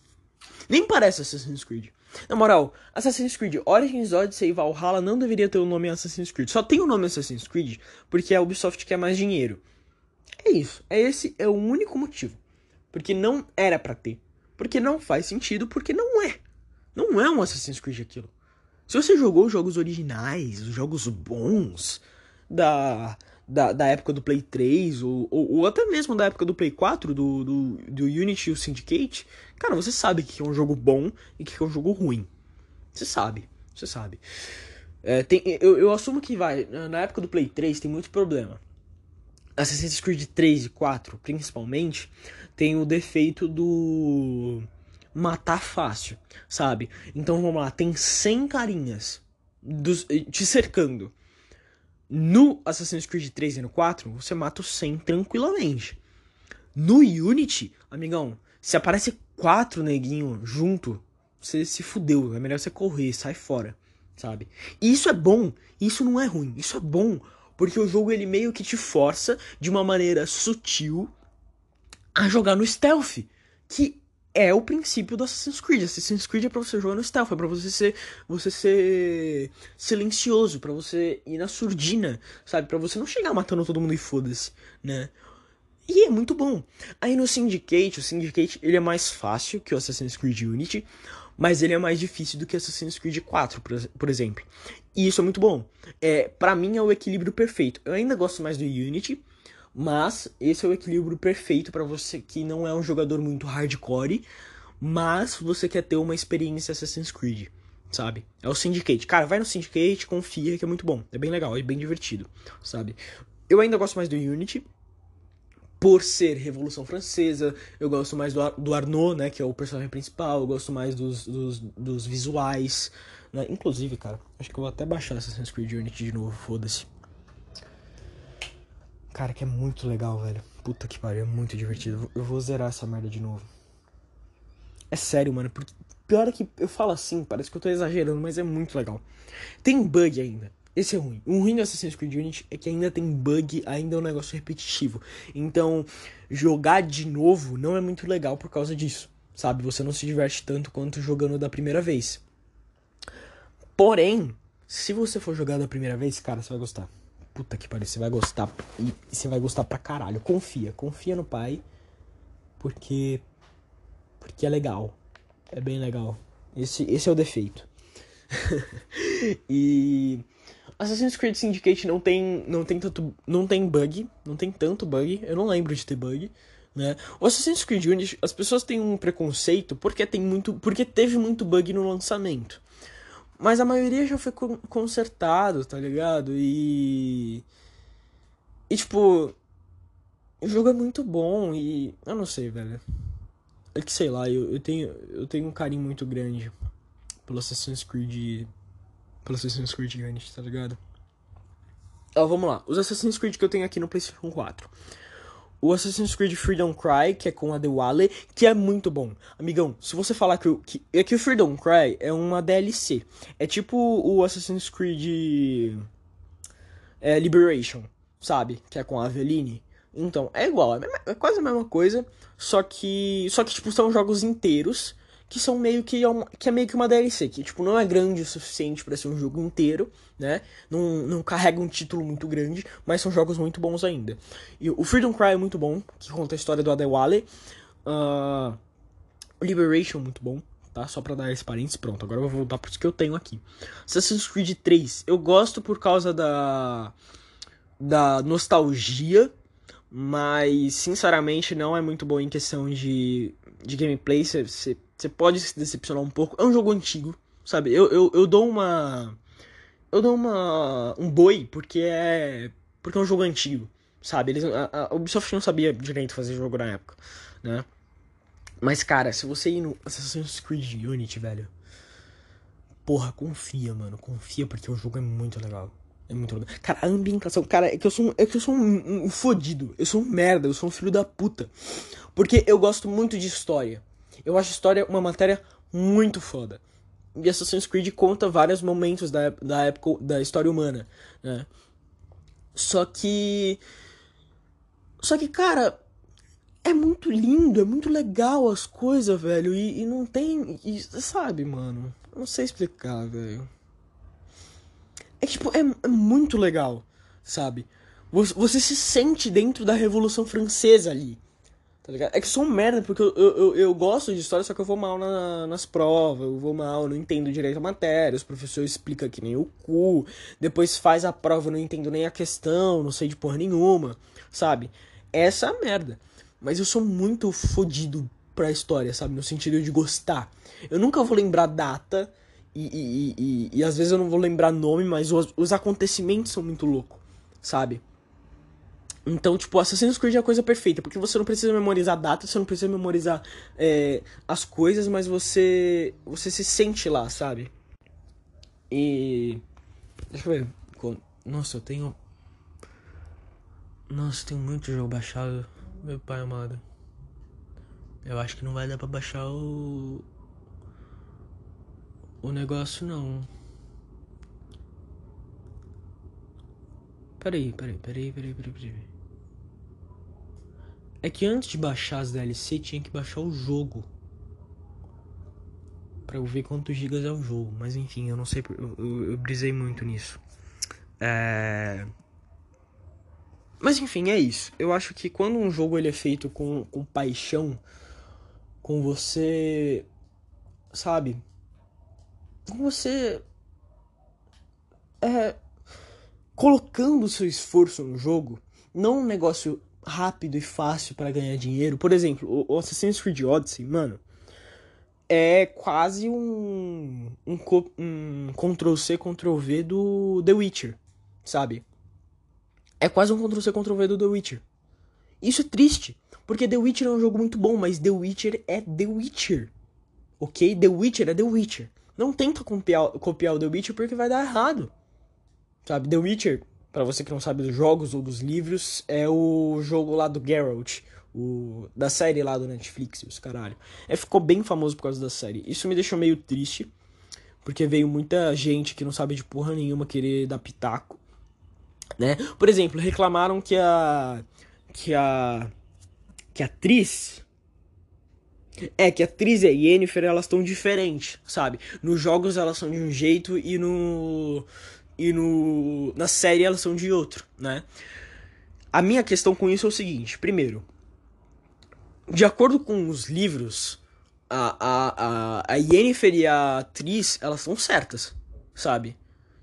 Nem parece Assassin's Creed. Na moral, Assassin's Creed Origins, Odyssey e Valhalla não deveria ter o nome Assassin's Creed. Só tem o nome Assassin's Creed porque a Ubisoft quer mais dinheiro. É isso. É esse é o único motivo. Porque não era pra ter. Porque não faz sentido, porque não é. Não é um Assassin's Creed aquilo. Se você jogou os jogos originais, os jogos bons da, da, da época do Play três, ou, ou, ou até mesmo da época do Play quatro, do, do, do Unity e o Syndicate, cara, você sabe que é um jogo bom e que é um jogo ruim. Você sabe, você sabe. É, tem, eu, eu assumo que vai, na época do Play três tem muito problema. Assassin's Creed três e quatro, principalmente, tem o defeito do matar fácil, sabe? Então vamos lá, tem cem carinhas dos, te cercando. No Assassin's Creed três e no quatro, você mata os cem tranquilamente. No Unity, amigão, se aparece quatro neguinhos junto, você se fudeu. É melhor você correr, sai fora, sabe? E isso é bom, isso não é ruim, isso é bom. Porque o jogo ele meio que te força, de uma maneira sutil, a jogar no stealth. Que é o princípio do Assassin's Creed. Assassin's Creed é pra você jogar no stealth, é pra você ser, você ser silencioso, pra você ir na surdina, sabe? Pra você não chegar matando todo mundo e foda-se, né? E é muito bom. Aí no Syndicate, o Syndicate ele é mais fácil que o Assassin's Creed Unity, mas ele é mais difícil do que Assassin's Creed quatro, por exemplo. E isso é muito bom. É, pra mim é o equilíbrio perfeito. Eu ainda gosto mais do Unity, mas esse é o equilíbrio perfeito pra você que não é um jogador muito hardcore, mas você quer ter uma experiência Assassin's Creed, sabe? É o Syndicate. Cara, vai no Syndicate, confia que é muito bom. É bem legal, é bem divertido, sabe? Eu ainda gosto mais do Unity, por ser Revolução Francesa. Eu gosto mais do, Ar- do Arnaud, né, que é o personagem principal. Eu gosto mais dos, dos, dos visuais, né? Inclusive, cara, acho que eu vou até baixar Assassin's Creed Unity de novo, foda-se. Cara, que é muito legal, velho. Puta que pariu, é muito divertido. Eu vou zerar essa merda de novo. É sério, mano, porque pior é que eu falo assim, parece que eu tô exagerando, mas é muito legal. Tem bug ainda. Esse é ruim. O ruim do Assassin's Creed Unity é que ainda tem bug, ainda é um negócio repetitivo. Então, jogar de novo não é muito legal por causa disso, sabe? Você não se diverte tanto quanto jogando da primeira vez. Porém, se você for jogar da primeira vez, cara, você vai gostar. Puta que pariu, você vai gostar. E você vai gostar pra caralho. Confia, confia no pai. Porque... Porque é legal. É bem legal. Esse, esse é o defeito. E... Assassin's Creed Syndicate não tem, não tem tanto, não tem bug, não tem tanto bug, eu não lembro de ter bug, né? O Assassin's Creed Unity, as pessoas têm um preconceito porque tem muito, porque teve muito bug no lançamento. Mas a maioria já foi consertado, tá ligado? E e tipo, o jogo é muito bom e eu não sei, velho. É que sei lá, eu, eu tenho eu tenho um carinho muito grande pelo Assassin's Creed pelo Assassin's Creed Unity, tá ligado? Ó, vamos lá. Os Assassin's Creed que eu tenho aqui no PlayStation quatro. O Assassin's Creed Freedom Cry, que é com a The Wally, que é muito bom. Amigão, se você falar que o, que, é que o Freedom Cry é uma D L C. É tipo o Assassin's Creed é, Liberation, sabe? Que é com a Aveline. Então, é igual, é, mesma, é quase a mesma coisa. Só que, só que tipo, são jogos inteiros que são meio que, que é meio que uma D L C, que tipo, não é grande o suficiente pra ser um jogo inteiro, né? Não, não carrega um título muito grande, mas são jogos muito bons ainda. E o Freedom Cry é muito bom, que conta a história do Adewale. Uh, Liberation muito bom, tá? Só pra dar esse parênteses, pronto. Agora eu vou voltar pros que eu tenho aqui. Assassin's Creed três, eu gosto por causa da, da nostalgia, mas sinceramente não é muito bom em questão de, de gameplay. Você pode se decepcionar um pouco. É um jogo antigo, sabe? Eu, eu, eu dou uma. Eu dou uma. Um boi porque é. Porque é um jogo antigo, sabe? Eles, a, a Ubisoft não sabia direito fazer jogo na época, né? Mas cara, se você ir no Assassin's Creed Unity, velho. Porra, confia, mano. Confia porque o jogo é muito legal. É muito legal. Cara, a ambientação, cara, é que eu sou um, é que eu sou um, um, um fodido. Eu sou um merda, eu sou um filho da puta. Porque eu gosto muito de história. Eu acho história uma matéria muito foda. E Assassin's Creed conta vários momentos da, da época da história humana, né? Só que... Só que, cara... É muito lindo, é muito legal as coisas, velho. E, e não tem... E, sabe, mano? Eu não sei explicar, velho. É tipo, é, é muito legal, sabe? Você, você se sente dentro da Revolução Francesa ali, tá ligado? É que eu sou um merda, porque eu, eu, eu, eu gosto de história, só que eu vou mal na, nas provas, eu vou mal, eu não entendo direito a matéria, os professores explicam que nem o cu, depois faz a prova, eu não entendo nem a questão, não sei de porra nenhuma, sabe? Essa é a merda. Mas eu sou muito fodido pra história, sabe? No sentido de gostar. Eu nunca vou lembrar data... E, e, e, e às vezes eu não vou lembrar nome, mas os, os acontecimentos são muito loucos, sabe? Então, tipo, Assassin's Creed é a coisa perfeita, porque você não precisa memorizar data, você não precisa memorizar é, as coisas, mas você você se sente lá, sabe? E... Deixa eu ver. Nossa, eu tenho... Nossa, eu tenho muito jogo baixado, meu pai amado. Eu acho que não vai dar pra baixar o... O negócio não. Peraí, peraí, peraí, peraí, peraí, peraí. É que antes de baixar as D L C tinha que baixar o jogo. Pra eu ver quantos gigas é o jogo. Mas enfim, eu não sei. Eu, eu, eu brisei muito nisso. É... Mas enfim, é isso. Eu acho que quando um jogo ele é feito com, com paixão, com você... Sabe? Com você... É... Colocando o seu esforço no jogo, não um negócio rápido e fácil para ganhar dinheiro. Por exemplo, o Assassin's Creed Odyssey, mano, é quase um, um, um Ctrl-C, Ctrl-V do The Witcher, sabe? É quase um Ctrl-C, Ctrl-V do The Witcher. Isso é triste, porque The Witcher é um jogo muito bom, mas The Witcher é The Witcher, ok? The Witcher é The Witcher. Não tenta copiar, copiar o The Witcher porque vai dar errado, sabe? The Witcher, pra você que não sabe dos jogos ou dos livros, é o jogo lá do Geralt, o, da série lá do Netflix, os caralho. É, ficou bem famoso por causa da série. Isso me deixou meio triste, porque veio muita gente que não sabe de porra nenhuma querer dar pitaco, né? Por exemplo, reclamaram que a... que a... que a atriz... É, que a atriz e a Yennefer, elas estão diferentes, sabe? Nos jogos elas são de um jeito e no... e no... na série elas são de outro, né? A minha questão com isso é o seguinte. Primeiro, de acordo com os livros, a, a, a, a Yennefer e a atriz, elas são certas, sabe?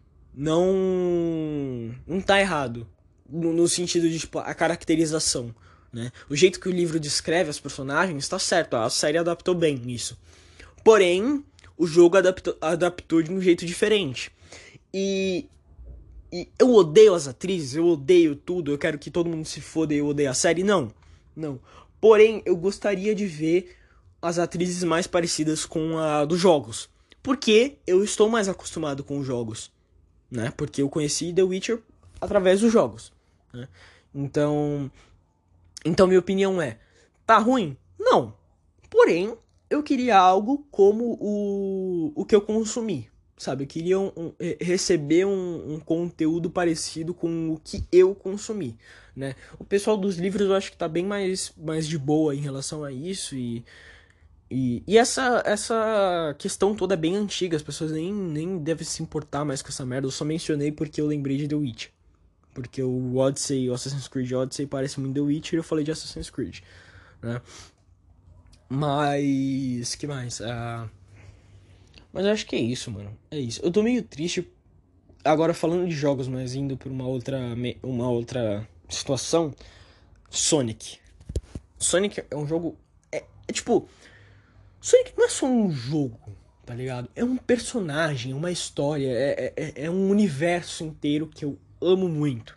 Não... não tá errado. No, no sentido de, tipo, a caracterização, né? O jeito que o livro descreve as personagens tá certo. A série adaptou bem isso. Porém, o jogo adaptou, adaptou de um jeito diferente. E... E eu odeio as atrizes, eu odeio tudo, eu quero que todo mundo se foda e eu odeio a série. Não, não. Porém, eu gostaria de ver as atrizes mais parecidas com a dos jogos. Porque eu estou mais acostumado com os jogos, né? Porque eu conheci The Witcher através dos jogos, né? Então, então minha opinião é, tá ruim? Não. Porém, eu queria algo como o, o que eu consumi. Sabe, eu queria um, um, receber um, um conteúdo parecido com o que eu consumi, né? O pessoal dos livros eu acho que tá bem mais, mais de boa em relação a isso. E, e, e essa, essa questão toda é bem antiga. As pessoas nem, nem devem se importar mais com essa merda. Eu só mencionei porque eu lembrei de The Witcher. Porque o Odyssey, o Assassin's Creed Odyssey parece muito The Witcher e eu falei de Assassin's Creed, né? Mas... que mais? Ah... Mas eu acho que é isso, mano. É isso. Eu tô meio triste agora falando de jogos, mas indo por uma outra, uma outra situação. Sonic. Sonic é um jogo... É, é tipo... Sonic não é só um jogo, tá ligado? É um personagem, uma história. É, é, é um universo inteiro que eu amo muito.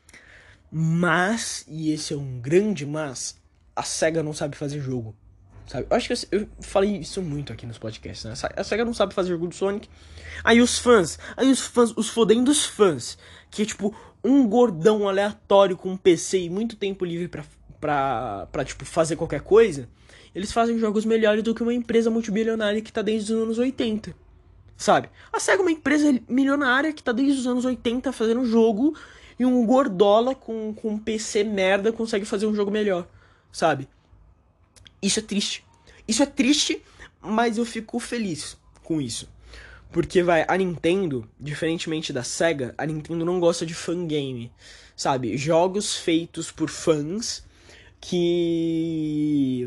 Mas, e esse é um grande mas, a SEGA não sabe fazer jogo. Sabe? Eu acho que eu, eu falei isso muito aqui nos podcasts, né? A SEGA não sabe fazer jogo do Sonic. Aí os fãs, aí os fãs, os fodendos fãs, que é tipo um gordão aleatório com um P C e muito tempo livre pra, pra, pra tipo, fazer qualquer coisa, eles fazem jogos melhores do que uma empresa multibilionária que tá desde os anos oitenta, sabe? A SEGA é uma empresa milionária que tá desde os anos oitenta fazendo jogo e um gordola com, com um P C merda consegue fazer um jogo melhor, sabe? Isso é triste. Isso é triste, mas eu fico feliz com isso. Porque, vai, a Nintendo, diferentemente da SEGA, a Nintendo não gosta de fangame, sabe? Jogos feitos por fãs que...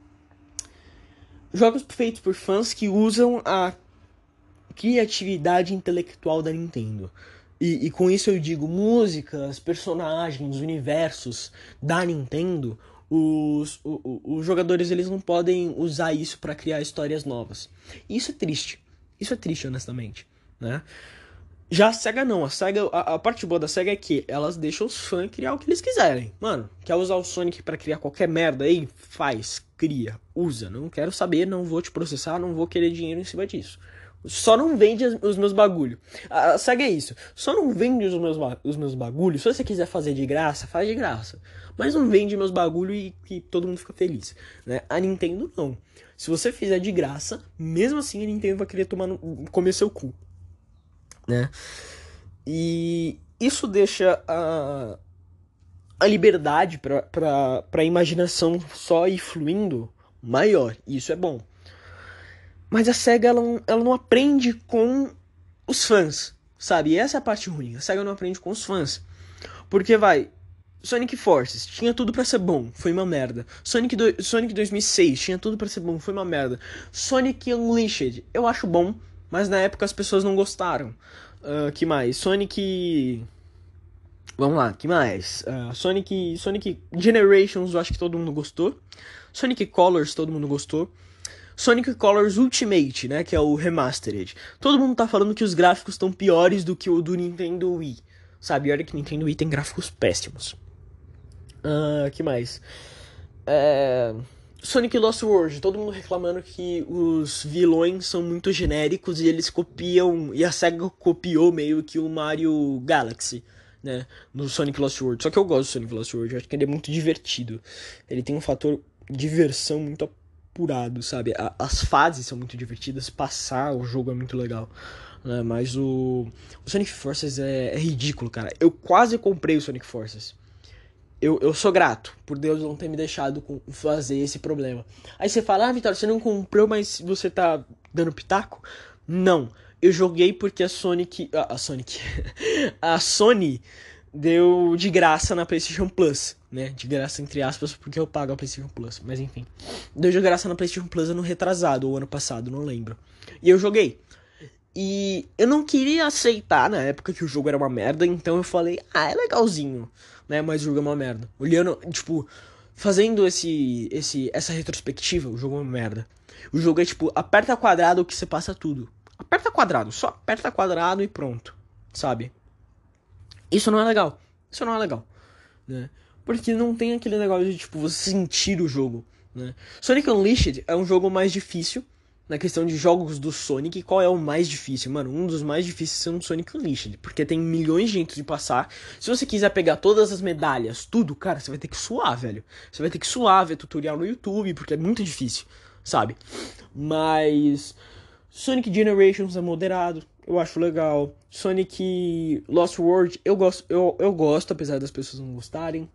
Jogos feitos por fãs que usam a criatividade intelectual da Nintendo. E, e com isso eu digo músicas, personagens, universos da Nintendo... Os, os, os jogadores eles não podem usar isso pra criar histórias novas. E isso é triste. Isso é triste, honestamente, né? Já a SEGA não. A SEGA, a, a parte boa da SEGA é que elas deixam os fãs criar o que eles quiserem. Mano, quer usar o Sonic pra criar qualquer merda aí? Faz, cria, usa. Não quero saber, não vou te processar, não vou querer dinheiro em cima disso. Só não vende os meus bagulho. A SEGA é isso. Só não vende os meus, os meus bagulhos. Se você quiser fazer de graça, faz de graça. Mas não vende meus bagulho e que todo mundo fica feliz, né? A Nintendo não. Se você fizer de graça, mesmo assim a Nintendo vai querer tomar no, comer seu cu, né? E isso deixa a, a liberdade pra, pra, pra imaginação só ir fluindo maior. E isso é bom. Mas a SEGA, ela não, ela não aprende com os fãs, sabe? E essa é a parte ruim. A SEGA não aprende com os fãs. Porque, vai... Sonic Forces, tinha tudo pra ser bom, foi uma merda. Sonic, do... Sonic dois mil e seis, tinha tudo pra ser bom, foi uma merda. Sonic Unleashed, eu acho bom, mas na época as pessoas não gostaram. Uh, que mais? Sonic... Vamos lá, que mais? Uh, Sonic... Sonic Generations, eu acho que todo mundo gostou. Sonic Colors, todo mundo gostou. Sonic Colors Ultimate, né, que é o Remastered. Todo mundo tá falando que os gráficos estão piores do que o do Nintendo Wii. Sabe, olha que o Nintendo Wii tem gráficos péssimos. Ah, que mais? É... Sonic Lost World, todo mundo reclamando que os vilões são muito genéricos e eles copiam, e a SEGA copiou meio que o Mario Galaxy, né, no Sonic Lost World. Só que eu gosto do Sonic Lost World, eu acho que ele é muito divertido. Ele tem um fator diversão muito apurado, sabe? A, as fases são muito divertidas, passar o jogo é muito legal, né? Mas o, o Sonic Forces é, é ridículo, cara. Eu quase comprei o Sonic Forces. Eu, eu sou grato por Deus não ter me deixado com, fazer esse problema. Aí você fala, ah, Vitória, você não comprou, mas você tá dando pitaco? Não. Eu joguei porque a Sonic... A, a Sonic... a Sony deu de graça na PlayStation Plus, né? De graça, entre aspas, porque eu pago a PlayStation Plus. Mas enfim. Deu de graça na PlayStation Plus ano retrasado, ou ano passado, não lembro. E eu joguei. E eu não queria aceitar na época que o jogo era uma merda, então eu falei, ah, é legalzinho, né? Mas o jogo é uma merda. Olhando, tipo, fazendo esse, esse, essa retrospectiva, o jogo é uma merda. O jogo é tipo, aperta quadrado que você passa tudo. Aperta quadrado, só aperta quadrado e pronto, sabe? Isso não é legal. Isso não é legal, né? Porque não tem aquele negócio de, tipo, você sentir o jogo, né? Sonic Unleashed é um jogo mais difícil. Na questão de jogos do Sonic, qual é o mais difícil? Mano, um dos mais difíceis são o Sonic Unleashed, porque tem milhões de jeitos de passar. Se você quiser pegar todas as medalhas, tudo, cara, você vai ter que suar, velho. Você vai ter que suar, ver tutorial no YouTube, porque é muito difícil, sabe? Mas Sonic Generations é moderado, eu acho legal. Sonic Lost World, eu gosto, eu, eu gosto, apesar das pessoas não gostarem.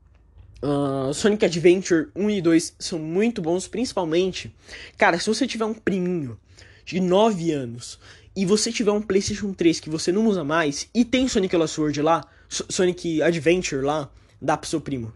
Uh, Sonic Adventure um e dois são muito bons, principalmente, cara, se você tiver um priminho de nove anos e você tiver um PlayStation três que você não usa mais e tem Sonic Lost World lá, so- Sonic Adventure lá, dá pro seu primo.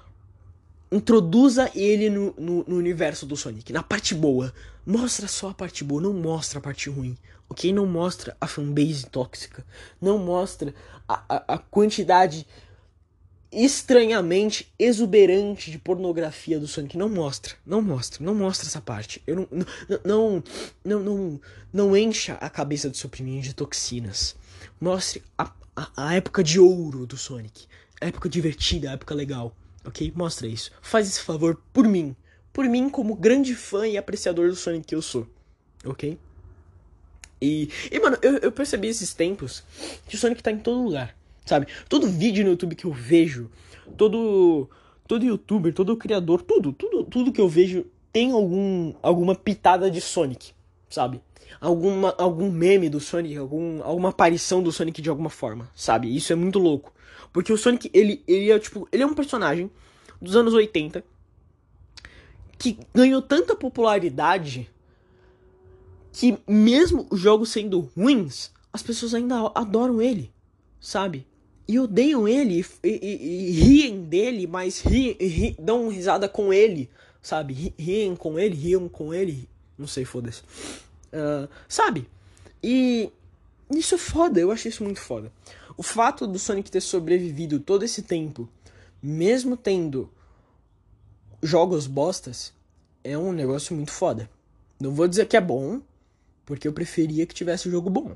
Introduza ele no, no, no universo do Sonic, na parte boa. Mostra só a parte boa, não mostra a parte ruim, ok? Não mostra a fanbase tóxica, não mostra a, a, a quantidade estranhamente exuberante de pornografia do Sonic. Não mostra, não mostra, não mostra essa parte. Eu não, não, não, não, não, não encha a cabeça do seu priminho de toxinas. Mostre a, a, a época de ouro do Sonic, a época divertida, a época legal, ok? Mostra isso. Faz esse favor por mim, por mim como grande fã e apreciador do Sonic que eu sou, ok? E, e mano, eu, eu percebi esses tempos que o Sonic tá em todo lugar. Sabe? Todo vídeo no YouTube que eu vejo, todo todo youtuber, todo criador, tudo, tudo, tudo que eu vejo tem algum alguma pitada de Sonic, sabe? Alguma algum meme do Sonic, algum alguma aparição do Sonic de alguma forma, sabe? Isso é muito louco, porque o Sonic, ele ele é tipo, ele é um personagem dos anos oitenta que ganhou tanta popularidade que mesmo os jogos sendo ruins, as pessoas ainda adoram ele, sabe? E odeiam ele, e, e, e riem dele, mas ri, ri, dão risada com ele, sabe? Ri, riem com ele, riam com ele, não sei, foda-se. Uh, sabe? E isso é foda, eu achei isso muito foda. O fato do Sonic ter sobrevivido todo esse tempo, mesmo tendo jogos bostas, é um negócio muito foda. Não vou dizer que é bom, porque eu preferia que tivesse um jogo bom.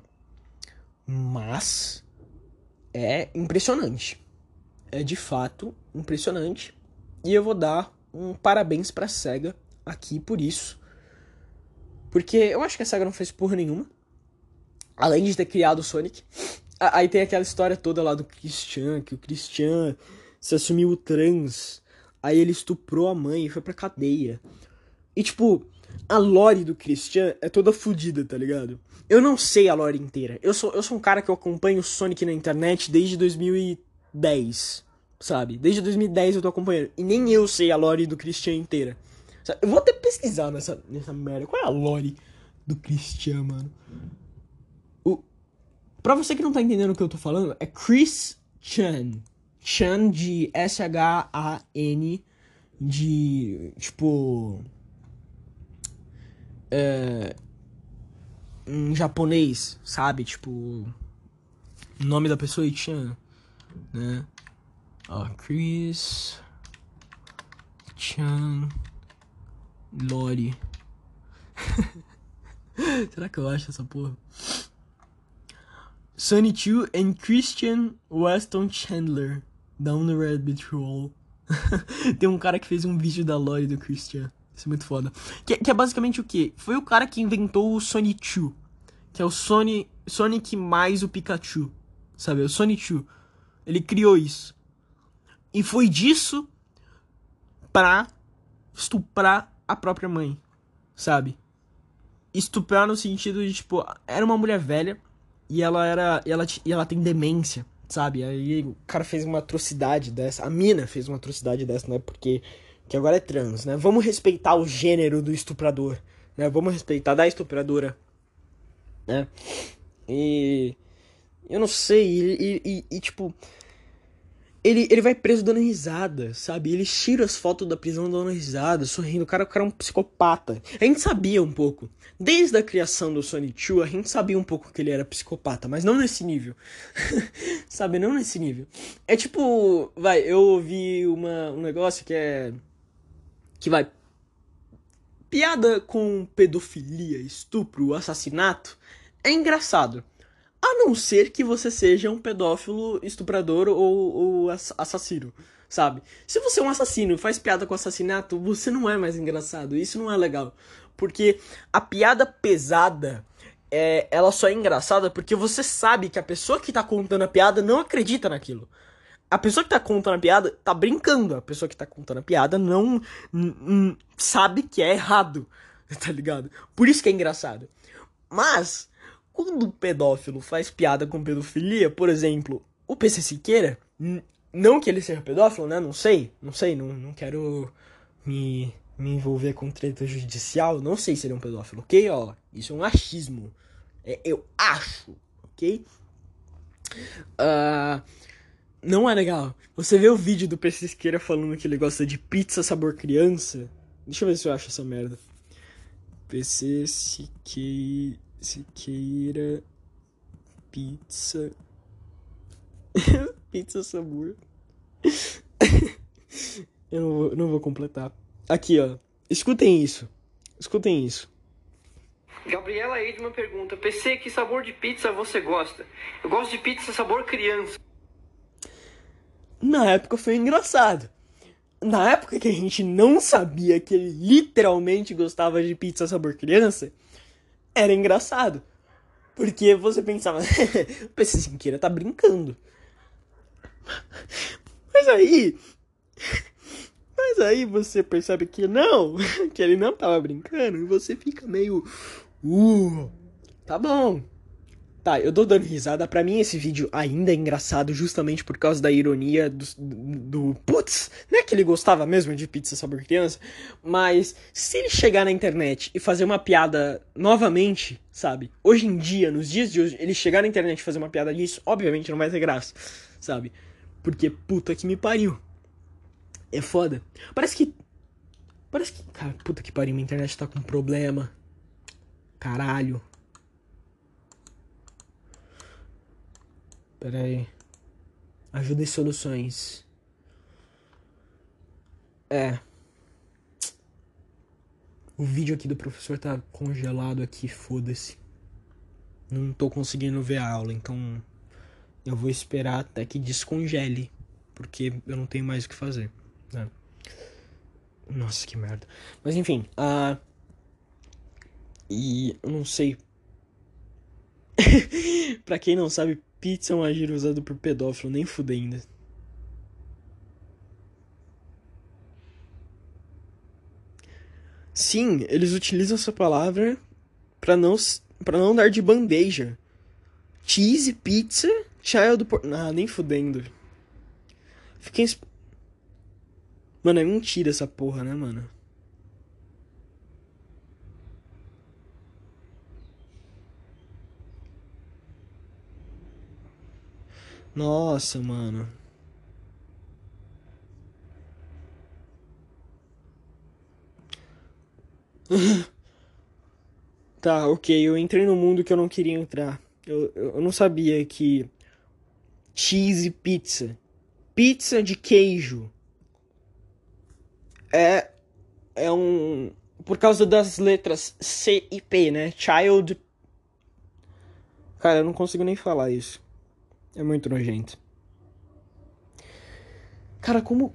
Mas é impressionante. É de fato impressionante. E eu vou dar um parabéns pra SEGA aqui por isso. Porque eu acho que a SEGA não fez porra nenhuma. Além de ter criado o Sonic. Aí tem aquela história toda lá do Christian, que o Christian se assumiu trans. Aí ele estuprou a mãe e foi pra cadeia. E tipo, a lore do Christian é toda fodida, tá ligado? Eu não sei a lore inteira. Eu sou, eu sou um cara que eu acompanho o Sonic na internet desde dois mil e dez, sabe? Desde dois mil e dez eu tô acompanhando. E nem eu sei a lore do Christian inteira. Sabe? Eu vou até pesquisar nessa, nessa merda. Qual é a lore do Christian, mano? O, pra você que não tá entendendo o que eu tô falando, é Chris Chan. Chan de S H A N, de, tipo... É, em japonês, sabe? Tipo, o nome da pessoa é Chan, né? Ó, Chris Chan Lore. Será que eu acho essa porra? Sonny Chu and Christian Weston Chandler down the rabbit hole. Tem um cara que fez um vídeo da lore do Christian. Isso é muito foda. Que, que é basicamente o quê? Foi o cara que inventou o Sonny Chu. Que é o Sony, Sonic mais o Pikachu. Sabe? O Sonny Chu. Ele criou isso. E foi disso pra estuprar a própria mãe. Sabe? Estuprar no sentido de, tipo, era uma mulher velha e ela era. E ela, e ela tem demência, sabe? Aí o cara fez uma atrocidade dessa. A mina fez uma atrocidade dessa, né? Porque que agora é trans, né? Vamos respeitar o gênero do estuprador, né? Vamos respeitar da estupradora, né? E. Eu não sei, e, e, e, e tipo. Ele, ele vai preso dando risada, sabe? Ele tira as fotos da prisão dando risada, sorrindo. O cara, o cara é um psicopata. A gente sabia um pouco. Desde a criação do Sonny Chu, a gente sabia um pouco que ele era psicopata, mas não nesse nível. Sabe? Não nesse nível. É tipo... Vai, eu ouvi uma, um negócio que é... Que vai... Piada com pedofilia, estupro, assassinato é engraçado. A não ser que você seja um pedófilo, estuprador ou, ou assassino, sabe? Se você é um assassino e faz piada com assassinato, você não é mais engraçado. Isso não é legal. Porque a piada pesada, é, ela só é engraçada porque você sabe que a pessoa que tá contando a piada não acredita naquilo. A pessoa que tá contando a piada tá brincando. A pessoa que tá contando a piada não n- n- sabe que é errado, tá ligado? Por isso que é engraçado. Mas... quando o pedófilo faz piada com pedofilia, por exemplo, o P C Siqueira, n- não que ele seja pedófilo, né? Não sei, não sei, não, não quero me, me envolver com treta judicial, não sei se ele é um pedófilo, ok? Ó, isso é um achismo. É, eu acho, ok? Ah, não é legal. Você vê o vídeo do P C Siqueira falando que ele gosta de pizza sabor criança? Deixa eu ver se eu acho essa merda. P C Siqueira... Siqueira pizza pizza sabor. Eu não vou, não vou completar. Aqui, ó. Escutem isso. Escutem isso. Gabriela Eidman pergunta: P C, que sabor de pizza você gosta? Eu gosto de pizza sabor criança. Na época foi engraçado. Na época que a gente não sabia que ele literalmente gostava de pizza sabor criança, era engraçado. Porque você pensava, o P C Siqueira tá brincando. Mas aí... Mas aí você percebe que não, que ele não tava brincando, e você fica meio... Uh, tá bom. Tá, eu tô dando risada. Pra mim esse vídeo ainda é engraçado justamente por causa da ironia do... do putz, não é que ele gostava mesmo de pizza sabor criança? Mas se ele chegar na internet e fazer uma piada novamente, sabe? Hoje em dia, nos dias de hoje, ele chegar na internet e fazer uma piada disso, obviamente não vai ter graça, sabe? Porque puta que me pariu. É foda. Parece que... Parece que... Cara, puta que pariu, minha internet tá com problema. Caralho. Pera aí. Ajuda e soluções. É. O vídeo aqui do professor tá congelado aqui, foda-se. Não tô conseguindo ver a aula, então eu vou esperar até que descongele, porque eu não tenho mais o que fazer, né? Nossa, que merda. Mas enfim, a... E eu não sei. Pra quem não sabe, pizza é uma gíria usada por pedófilo, nem fudendo. Sim, eles utilizam essa palavra pra não, pra não dar de bandeja. Cheese, pizza, child por... Ah, nem fudendo. Fiquem... Mano, é mentira essa porra, né, mano? Nossa, mano. Tá, ok, eu entrei no mundo que eu não queria entrar. Eu, eu, eu não sabia que cheese pizza, pizza de queijo, é, é um por causa das letras C e P, né? Child... Cara, eu não consigo nem falar isso. É muito nojento. Cara, como...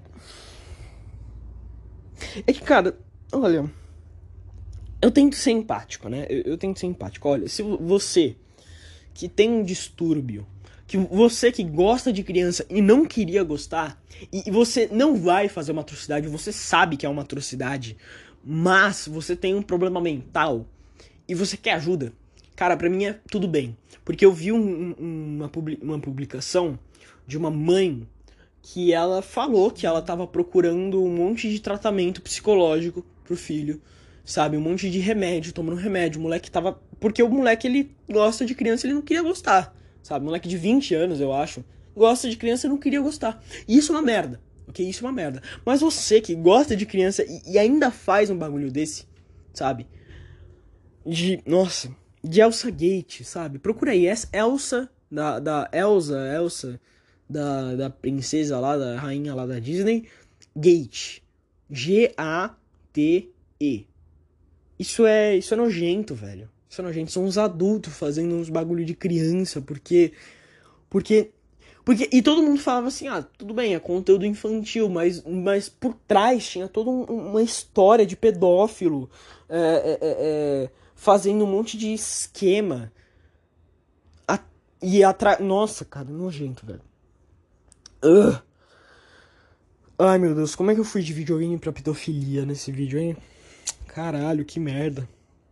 É que, cara, olha... Eu tento ser empático, né? Eu, eu tento ser empático. Olha, se você que tem um distúrbio, que você que gosta de criança e não queria gostar, e, e você não vai fazer uma atrocidade, você sabe que é uma atrocidade, mas você tem um problema mental e você quer ajuda, cara, pra mim é tudo bem. Porque eu vi um, um, uma, publi- uma publicação de uma mãe que ela falou que ela tava procurando um monte de tratamento psicológico pro filho, sabe? Um monte de remédio, tomando remédio. O moleque tava... Porque o moleque, ele gosta de criança, ele não queria gostar, sabe? Um moleque de vinte anos, eu acho, gosta de criança e não queria gostar. E isso é uma merda, ok? Isso é uma merda. Mas você que gosta de criança e, e ainda faz um bagulho desse, sabe? De... Nossa... De Elsa Gate, sabe? Procura aí, Elsa, da, da Elsa, Elsa, da, da princesa lá, da rainha lá da Disney, Gate, G A T E. Isso é, isso é nojento, velho. Isso é nojento, são uns adultos fazendo uns bagulho de criança, porque, porque, porque, e todo mundo falava assim, ah, tudo bem, é conteúdo infantil, mas, mas por trás tinha toda um, uma história de pedófilo, é, é, é, fazendo um monte de esquema. A, e atrás... Nossa, cara, nojento, velho. Ugh. Ai, meu Deus, como é que eu fui de videogame pra pedofilia nesse vídeo, hein? Caralho, que merda.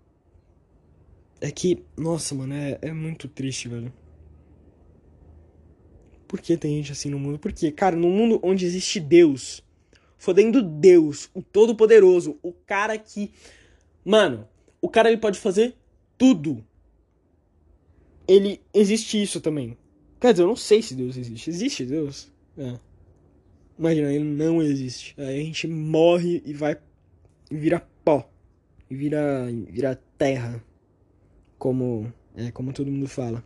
É que... Nossa, mano, é, é muito triste, velho. Por que tem gente assim no mundo? Por quê? Cara, no mundo onde existe Deus, fodendo Deus, o Todo-Poderoso, o cara que... Mano... O cara, ele pode fazer tudo. Ele... Existe isso também. Quer dizer, eu não sei se Deus existe. Existe Deus? É. Imagina, ele não existe. Aí a gente morre e vai... E vira pó. E vira... Vira terra. Como... É, como todo mundo fala.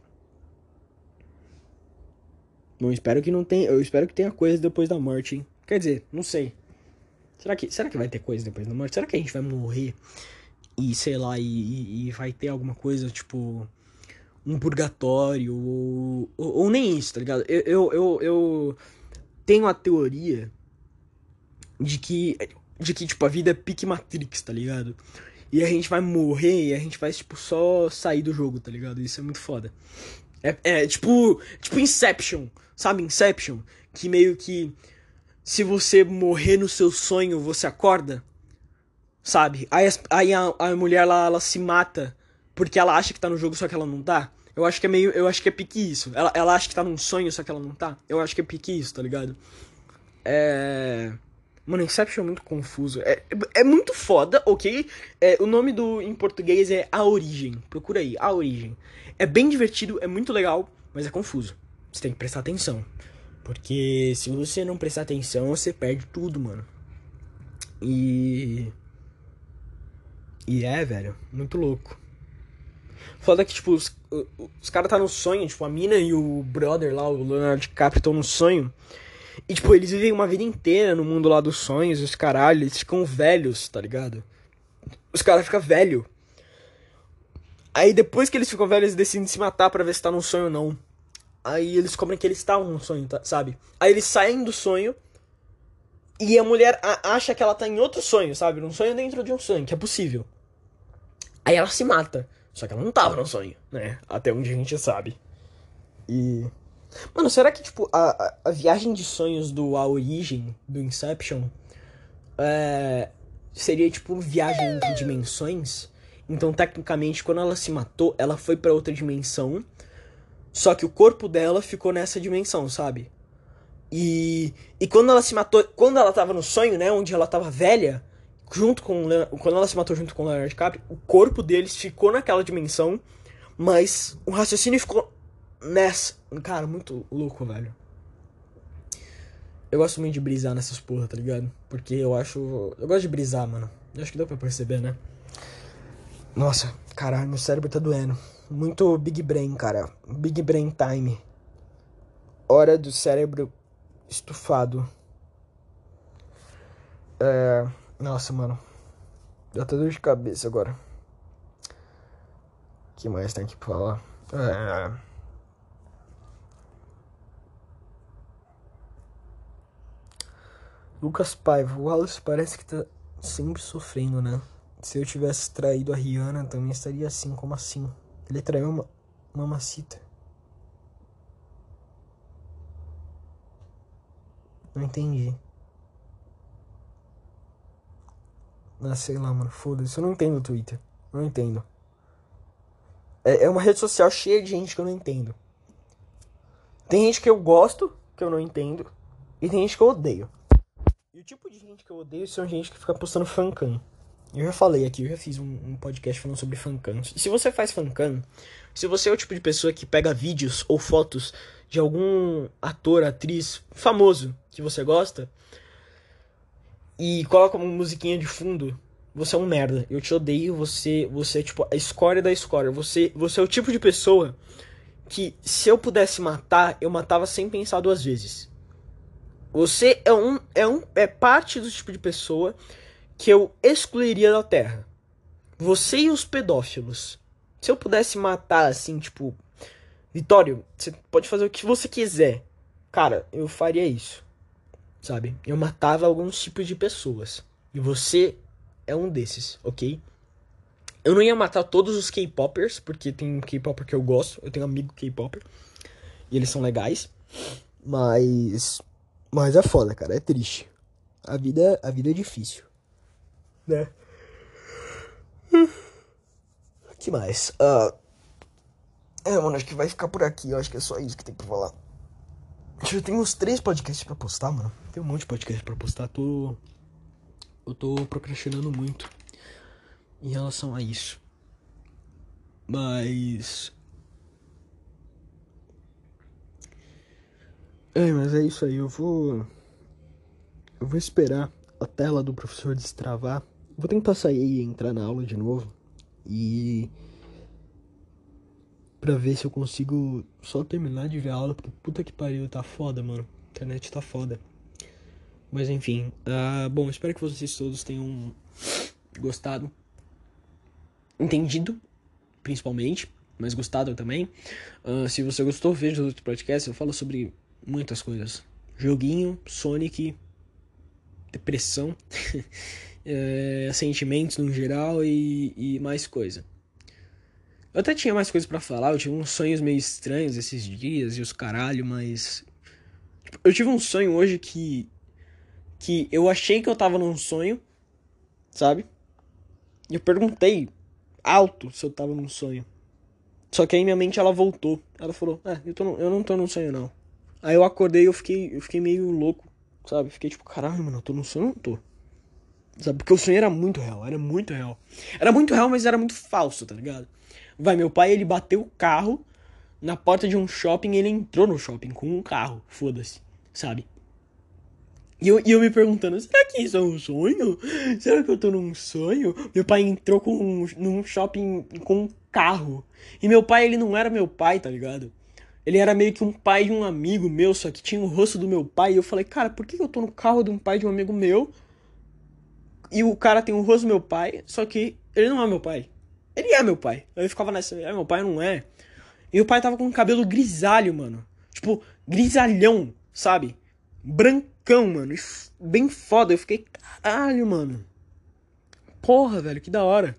Bom, espero que não tenha... Eu espero que tenha coisa depois da morte, hein? Quer dizer, não sei. Será que, será que vai ter coisa depois da morte? Será que a gente vai morrer... E, sei lá, e, e vai ter alguma coisa, tipo, um purgatório, ou, ou, ou nem isso, tá ligado? Eu, eu, eu, eu tenho a teoria de que, de que, tipo, a vida é pique Matrix, tá ligado? E a gente vai morrer e a gente vai, tipo, só sair do jogo, tá ligado? Isso é muito foda. É, é tipo, tipo Inception, sabe? Inception, que meio que, se você morrer no seu sonho, você acorda. Sabe? Aí, aí a, a mulher lá, ela se mata porque ela acha que tá no jogo, só que ela não tá. Eu acho que é meio... Eu acho que é pique isso. Ela, ela acha que tá num sonho, só que ela não tá. Eu acho que é pique isso, tá ligado? É... Mano, Inception é muito confuso. É, é muito foda, ok? É, o nome do em português é A Origem. Procura aí, A Origem. É bem divertido, é muito legal, mas é confuso. Você tem que prestar atenção. Porque se você não prestar atenção, você perde tudo, mano. E... E é, velho, muito louco. Foda que, tipo, os, os caras tá no sonho, tipo, a mina e o brother lá, o Leonardo DiCaprio, estão no sonho. E, tipo, eles vivem uma vida inteira no mundo lá dos sonhos, os caralho, eles ficam velhos, tá ligado? Os caras ficam velhos. Aí, depois que eles ficam velhos, eles decidem se matar pra ver se tá num sonho ou não. Aí, eles descobrem que eles estavam num sonho, tá, sabe? Aí, eles saem do sonho e a mulher a, acha que ela tá em outro sonho, sabe? Num sonho dentro de um sonho, que é possível. Aí ela se mata. Só que ela não tava no sonho, né? Até onde a gente sabe. E... Mano, será que, tipo, a, a, a viagem de sonhos do A Origem, do Inception, é, seria, tipo, viagem entre dimensões? Então, tecnicamente, quando ela se matou, ela foi pra outra dimensão. Só que o corpo dela ficou nessa dimensão, sabe? E, e quando ela se matou, quando ela tava no sonho, né? Onde ela tava velha... Junto com quando ela se matou junto com o Leonardo DiCaprio, o corpo deles ficou naquela dimensão, mas o raciocínio ficou nessa. Cara, muito louco, velho. Eu gosto muito de brisar nessas porra, tá ligado? Porque eu acho... Eu gosto de brisar, mano. Eu acho que deu pra perceber, né? Nossa, caralho, meu cérebro tá doendo. Muito Big Brain, cara. Big Brain time. Hora do cérebro estufado. É... Nossa, mano. Dá até dor de cabeça agora. O que mais tem aqui pra falar? É... Lucas Paiva. O Wallace parece que tá sempre sofrendo, né? Se eu tivesse traído a Rihanna, também estaria assim. Como assim? Ele traiu uma mamacita. Não entendi. Ah, sei lá, mano. Foda-se. Eu não entendo o Twitter. Não entendo. É, é uma rede social cheia de gente que eu não entendo. Tem gente que eu gosto, que eu não entendo. E tem gente que eu odeio. E o tipo de gente que eu odeio são gente que fica postando fancam. Eu já falei aqui, eu já fiz um, um podcast falando sobre fancam. Se você faz fancam, se você é o tipo de pessoa que pega vídeos ou fotos de algum ator, atriz famoso que você gosta e coloca uma musiquinha de fundo, você é um merda. Eu te odeio, você, você é tipo a escória da escória. Você, você é o tipo de pessoa que se eu pudesse matar, eu matava sem pensar duas vezes. Você é um, é um é parte do tipo de pessoa que eu excluiria da Terra. Você e os pedófilos. Se eu pudesse matar assim, tipo, Vitório, você pode fazer o que você quiser. Cara, eu faria isso. Sabe? Eu matava alguns tipos de pessoas. E você é um desses, ok? Eu não ia matar todos os K-popers, porque tem um K-popper que eu gosto. Eu tenho um amigo K-popper. E eles são legais. Mas... Mas é foda, cara. É triste. A vida, a vida é difícil. Né? O que mais? Uh... É, mano, acho que vai ficar por aqui. Eu acho que é só isso que tem pra falar. Eu tenho uns três podcasts pra postar, mano. Tem um monte de podcast pra postar. Tô... Eu tô procrastinando muito em relação a isso. Mas... É, mas é isso aí. Eu vou... Eu vou esperar a tela do professor destravar. Vou tentar sair e entrar na aula de novo. E... Pra ver se eu consigo só terminar de ver a aula. Porque puta que pariu, tá foda, mano. A internet tá foda. Mas enfim, uh, bom, espero que vocês todos tenham gostado, entendido, principalmente, mas gostado também. Uh, se você gostou, veja os outros podcasts, eu falo sobre muitas coisas. Joguinho, Sonic, depressão, uh, sentimentos no geral e, e mais coisa. Eu até tinha mais coisas pra falar, eu tive uns sonhos meio estranhos esses dias e os caralho, mas... Eu tive um sonho hoje que... Que eu achei que eu tava num sonho, sabe? E eu perguntei alto se eu tava num sonho. Só que aí minha mente, ela voltou. Ela falou, é, eu, tô no, eu não tô num sonho, não. Aí eu acordei e eu fiquei, eu fiquei meio louco, sabe? Fiquei tipo, caralho, mano, eu tô num sonho ou não tô? Sabe? Porque o sonho era muito real, era muito real. Era muito real, mas era muito falso, tá ligado? Vai, meu pai, ele bateu o carro na porta de um shopping e ele entrou no shopping com um carro. Foda-se, sabe? E eu, e eu me perguntando, será que isso é um sonho? Será que eu tô num sonho? Meu pai entrou com um, num shopping com um carro. E meu pai, ele não era meu pai, tá ligado? Ele era meio que um pai de um amigo meu, só que tinha o rosto do meu pai. E eu falei, cara, por que eu tô no carro de um pai de um amigo meu? E o cara tem o rosto do meu pai, só que ele não é meu pai. Ele é meu pai. Aí eu ficava nessa, é meu pai, não é? E o pai tava com um cabelo grisalho, mano. Tipo, grisalhão, sabe? Brancão, mano. Bem foda. Eu fiquei, caralho, mano. Porra, velho, que da hora.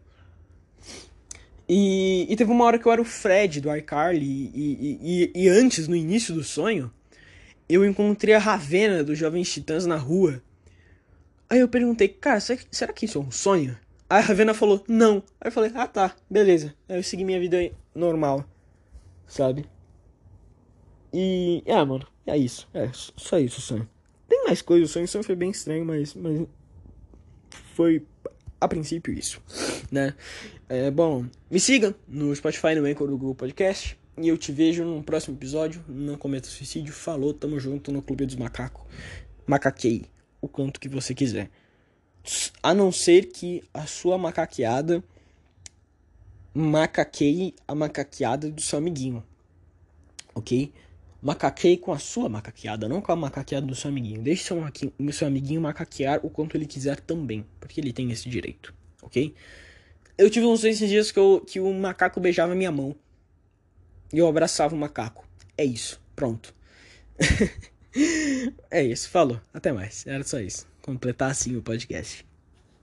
E, e teve uma hora que eu era o Fred do iCarly. E, e, e, e antes, no início do sonho, eu encontrei a Ravena do Jovens Titãs na rua. Aí eu perguntei, cara, será que isso é um sonho? Aí a Ravena falou, não. Aí eu falei, ah tá, beleza. Aí eu segui minha vida normal, sabe? E, é, mano, é isso. É, só isso o sonho. Tem mais coisas, o sonho, o sonho foi bem estranho, mas, mas foi, a princípio, isso, né? É, bom, me siga no Spotify, no Anchor do Google Podcast. E eu te vejo no próximo episódio. Não cometa suicídio. Falou, tamo junto no Clube dos Macacos. Macaquei o quanto que você quiser. A não ser que a sua macaqueada macaqueie a macaqueada do seu amiguinho. Ok? Macaqueie com a sua macaqueada, não com a macaqueada do seu amiguinho. Deixe seu, seu amiguinho macaquear o quanto ele quiser também, porque ele tem esse direito. ok? Eu tive uns esses dias que, eu, que o macaco beijava minha mão. E eu abraçava o macaco. É isso. Pronto. É isso. Falou. Até mais. Era só isso. Completar assim o podcast.